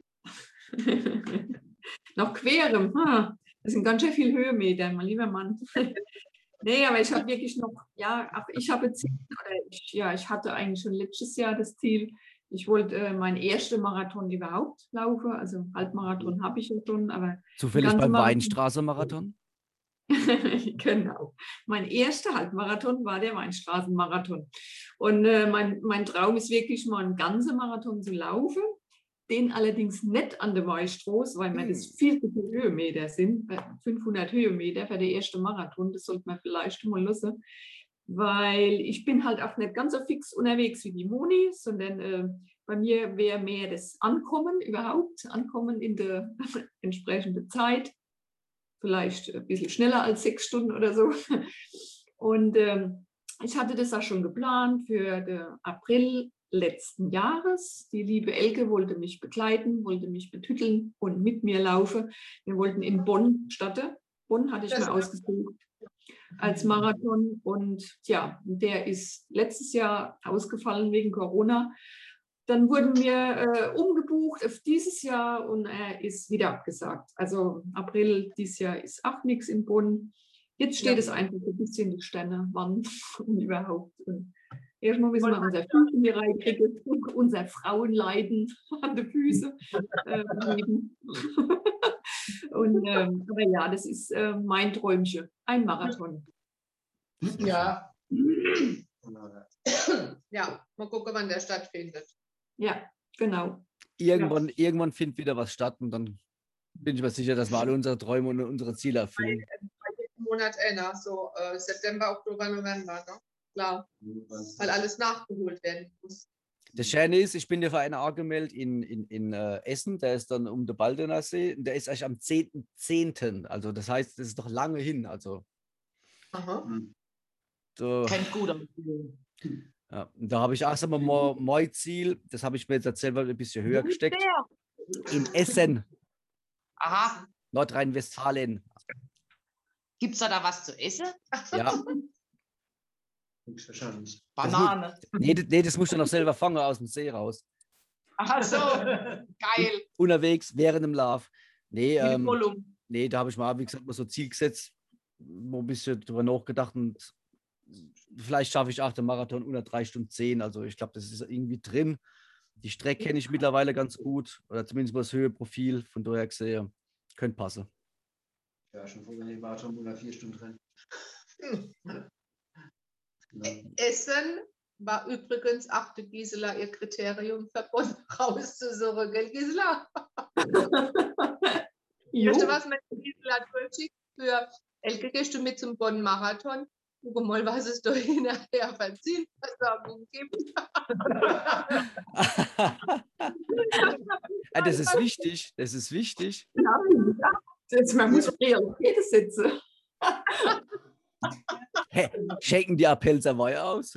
Noch querem. Das sind ganz schön viele Höhenmeter, mein lieber Mann. Nee, aber ich habe wirklich noch, ich habe Ziel, ich hatte eigentlich schon letztes Jahr das Ziel, ich wollte meinen ersten Marathon überhaupt laufen, also Halbmarathon habe ich ja schon, aber Zufällig beim Weinstraße-Marathon? Genau. Mein erster Halbmarathon war der Weinstraßenmarathon. Und mein Traum ist wirklich mal einen ganzen Marathon zu laufen, den allerdings nicht an der Weinstraße, weil mir das viel zu viele Höhenmeter sind, 500 Höhenmeter für den ersten Marathon, das sollte man vielleicht mal lassen, weil ich bin halt auch nicht ganz so fix unterwegs wie die Moni, sondern bei mir wäre mehr das Ankommen in der entsprechenden Zeit, vielleicht ein bisschen schneller als 6 Stunden oder so. Und ich hatte das auch schon geplant für den April letzten Jahres. Die liebe Elke wollte mich begleiten, wollte mich betütteln und mit mir laufen. Wir wollten in Bonn starten. Bonn hatte ich mir ausgesucht als Marathon. Und der ist letztes Jahr ausgefallen wegen Corona. Dann wurden wir umgebucht auf dieses Jahr und er ist wieder abgesagt. Also April dieses Jahr ist auch nichts in Bonn. Jetzt steht es einfach ein bisschen in die Sterne, wann und überhaupt. Und erstmal müssen wir unser Füße in die Reihe kriegen, unser Frauenleiden an den Füßen leben. Und, aber ja, das ist mein Träumchen, ein Marathon. Ja. Ja, mal gucken, wann der stattfindet. Ja, genau. Irgendwann findet wieder was statt und dann bin ich mir sicher, dass wir alle unsere Träume und unsere Ziele erfüllen. Monat so September, Oktober, November, ne? Klar, weil alles nachgeholt werden muss. Das Schöne ist, ich bin ja für einen angemeldet in Essen, der ist dann um den Baldener See, der ist eigentlich am 10.10. Also das heißt, das ist doch lange hin. Also, so, Kein guter. ja, da habe ich erst einmal mein Ziel, das habe ich mir jetzt selber ein bisschen höher gesteckt. In Essen, Aha. Nordrhein-Westfalen. Gibt es da was zu essen? Ja. Wahrscheinlich. Banane. Nee, das musst du noch selber fangen aus dem See raus. Ach so, geil. Unterwegs, während dem Lauf. Nee, Mit dem Gollum. nee, da habe ich mal, wie gesagt, mal so Ziel gesetzt, wo ein bisschen drüber nachgedacht und vielleicht schaffe ich auch den Marathon unter 3 Stunden 10. Also ich glaube, das ist irgendwie drin. Die Strecke kenne ich mittlerweile ganz gut oder zumindest mal das Höheprofil. Von daher gesehen, könnte passen. Ja, schon vorher den Marathon unter 4 Stunden drin. Genau. Essen war übrigens auch der Gisela ihr Kriterium für Bonn rauszusuchen, gell Gisela? Weißt du, was mit Gisela durchschickt? Für Elke gehst du mit zum Bonn-Marathon. Guck mal, was es da hinterher für Zielversorgung gibt. Das ist wichtig, das ist wichtig. Man muss Prioritäten setzen. Hey, schenken die Appelser Weih aus?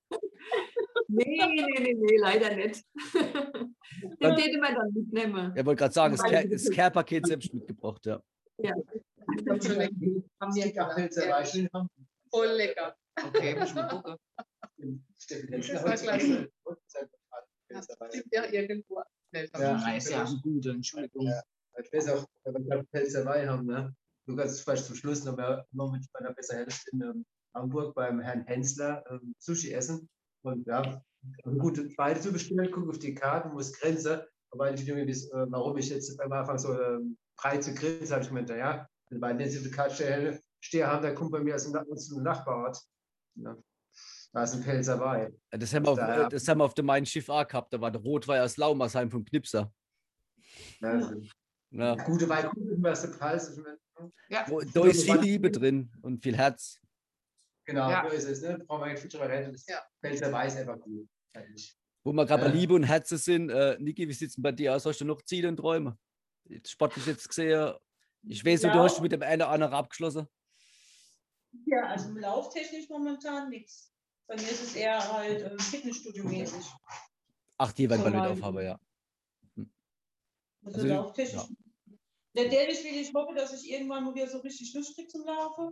Nee, leider nicht. Den hätte man dann mitnehmen. Ich wollte gerade sagen, das Care-Paket selbst mitgebracht, ja. Ja. Haben wir gemacht. Voll lecker. Okay, muss ich mal gucken. Das war klasse. Das stimmt ja irgendwo. Ja, ist ja ein guter, Entschuldigung. Ja. Ich weiß auch, wenn wir Pelzerei haben, ne? Du kannst vielleicht zum Schluss noch mit meiner besser Hälfte in Hamburg beim Herrn Hensler Sushi essen. Und ja, gut, beide zu bestellen, gucke auf die Karte, muss Grenze. Aber ich irgendwie, warum ich jetzt am Anfang so breit zu Grenze habe ich gemeint, ja, wenn beide jetzt auf der Karte stehe haben, dann kommt bei mir aus dem Nachbarort. Ja. Da ist ein Pelzerei. Das haben wir auf dem Main Schiff auch gehabt. Da war der Rotwein aus Laumersheim vom Knipser. Ja. Ja. Gute Wein, was der Preis ist. Ja. Da ist viel Liebe drin und viel Herz. Genau, Ja. so ist es. Ne? Brauchen wir kein Feature retten. Das Pelzerei ist einfach gut. Wo wir gerade bei Liebe und Herzen sind. Niki, wie sieht es bei dir aus? Hast du noch Ziele und Träume? Sportlich jetzt gesehen. Ich weiß, du hast mit dem einen oder anderen abgeschlossen. Ja, also lauftechnisch momentan nichts. Bei mir ist es eher halt Fitnessstudio-mäßig. Ach, die werden So bald wieder mal- aufhaben, ja. Also Also, lauftechnisch. ja. Letztendlich will ich hoffe, dass ich irgendwann mal wieder so richtig Lust kriege zum Laufen.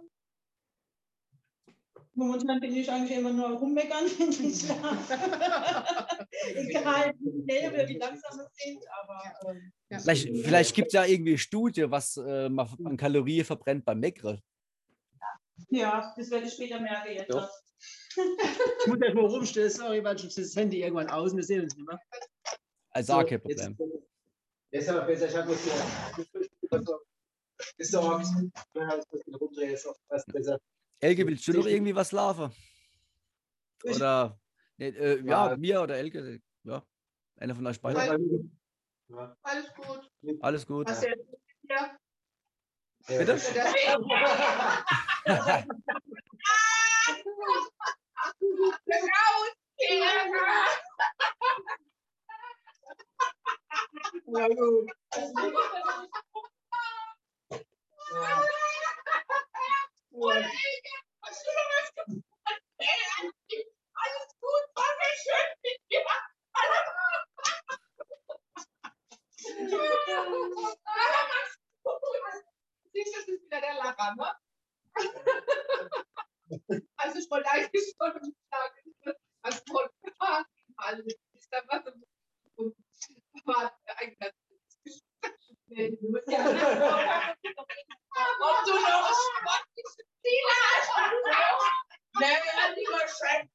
Momentan bin ich eigentlich immer nur rummeckern, wenn ich schlafe. Egal, wie schnell oder wie langsam es sind, aber Vielleicht gibt es ja irgendwie eine Studie, was man an Kalorien verbrennt beim Meckern. ja, das werde ich später merken jetzt. Ja. Ich muss erst mal rumstellen, sorry, weil ich das Handy irgendwann aus und wir sehen uns nicht mehr. Also auch kein Problem. Jetzt aber besser, ich habe noch ist doch ein bisschen, rumdrehen, ist auch fast besser. Elke, willst du noch irgendwie was laufen? Oder ja, mir oder Elke? Ja, einer von euch beiden. Ja. Alles gut. Alles gut. Was jetzt hier? Bitte? Ja, gut. Alles gut, war sehr schön mit dir. Siehst du, das ist wieder der Lacher, ne? Also ich wollte eigentlich schon sagen, als Podcast, also ist da was und war eigentlich nee, du musst ja ob du noch sportliche Ziele hast, nein, lieber Chef,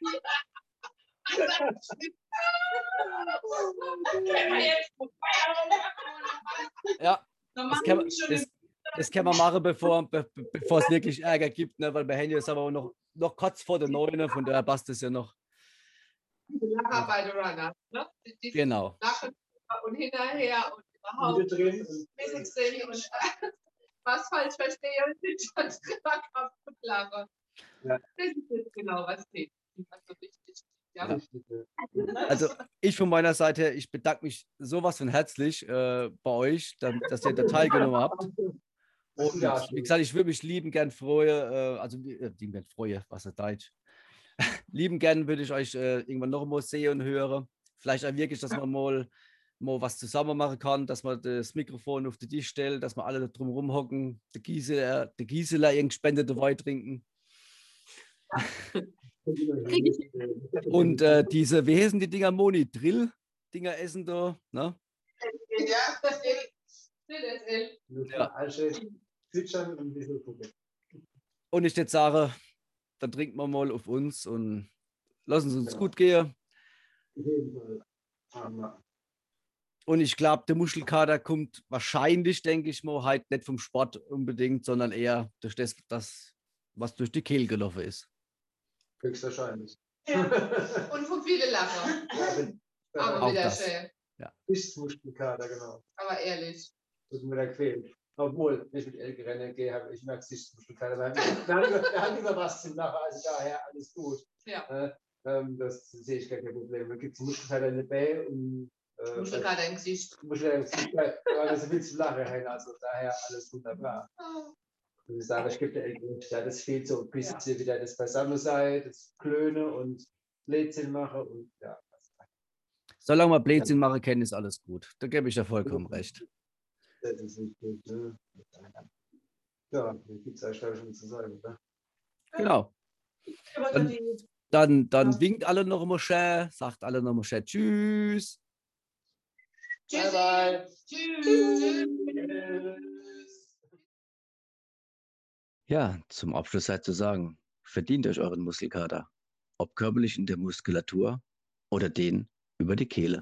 Ja, das kann man machen, bevor es wirklich Ärger gibt, ne? Weil bei Handy ist aber auch noch kurz vor der 9, von daher passt es ja noch. Lacher bei den Runners, ne? Die Genau. Lachen und hinterher und überhaupt bisschen sehen und was falsch verstehe und sind schon drüber kaputt lachen. Ja. Das ist jetzt genau was zählt. Also wichtig. Ja. Also ich von meiner Seite her, ich bedanke mich sowas von herzlich bei euch, dass ihr da teilgenommen habt. Und wie gesagt, ich würde mich lieben gern freuen, lieben gern freuen, was ist Deutsch? Lieben gern würde ich euch irgendwann noch mal sehen und hören. Vielleicht auch wirklich, dass man mal was zusammen machen kann, dass man das Mikrofon auf den Tisch stellt, dass wir alle da drum rumhocken, der Gisela irgendeinen spendete Wein trinken. Und diese, wie heißen die Dinger, Moni? Drill? Dinger essen da. Ne? Ja, das will. Ja. Also zwitschern und ein bisschen gucken. Und ich würde sagen, dann trinken wir mal auf uns und lassen es uns Genau. gut gehen. Auf jeden Fall. Aber Und ich glaube, der Muschelkater kommt wahrscheinlich, denke ich mal, halt nicht vom Sport unbedingt, sondern eher durch das was durch die Kehle gelaufen ist. höchstwahrscheinlich. Und vom viele Lachen. Aber Auch wieder das. schön. Ist Muskelkater, genau. Aber ehrlich. Das ist mir da quält. Obwohl, wenn ich mit Elke rennen gehe, habe ich merke, es Muskelkater. Wir haben immer was zum Lachen, also daher alles gut. Ja. Das sehe ich gar kein Problem. Da gibt es Muskelkater in der Bälle und Muschelkater im Gesicht. Muskelkater im Gesicht, aber das ist viel zu lachen, also daher alles wunderbar. Und ich sage, ich gebe der Elke recht, ja, das fehlt so ein bisschen wieder das Beisammensein, das Klöne und Blödsinn machen und ja. Solange wir Blödsinn machen können, ist alles gut. Da gebe ich ja vollkommen recht. Das ist nicht gut, ne? Ja, da gibt es eigentlich, glaube ich, nichts zu sagen, oder? Genau. Dann winkt alle noch mal schön, sagt alle noch mal schön Tschüss. Tschüssi. Bye, bye. Tschüss. Ja, zum Abschluss sei zu sagen, verdient euch euren Muskelkater. Ob körperlich in der Muskulatur oder den über die Kehle.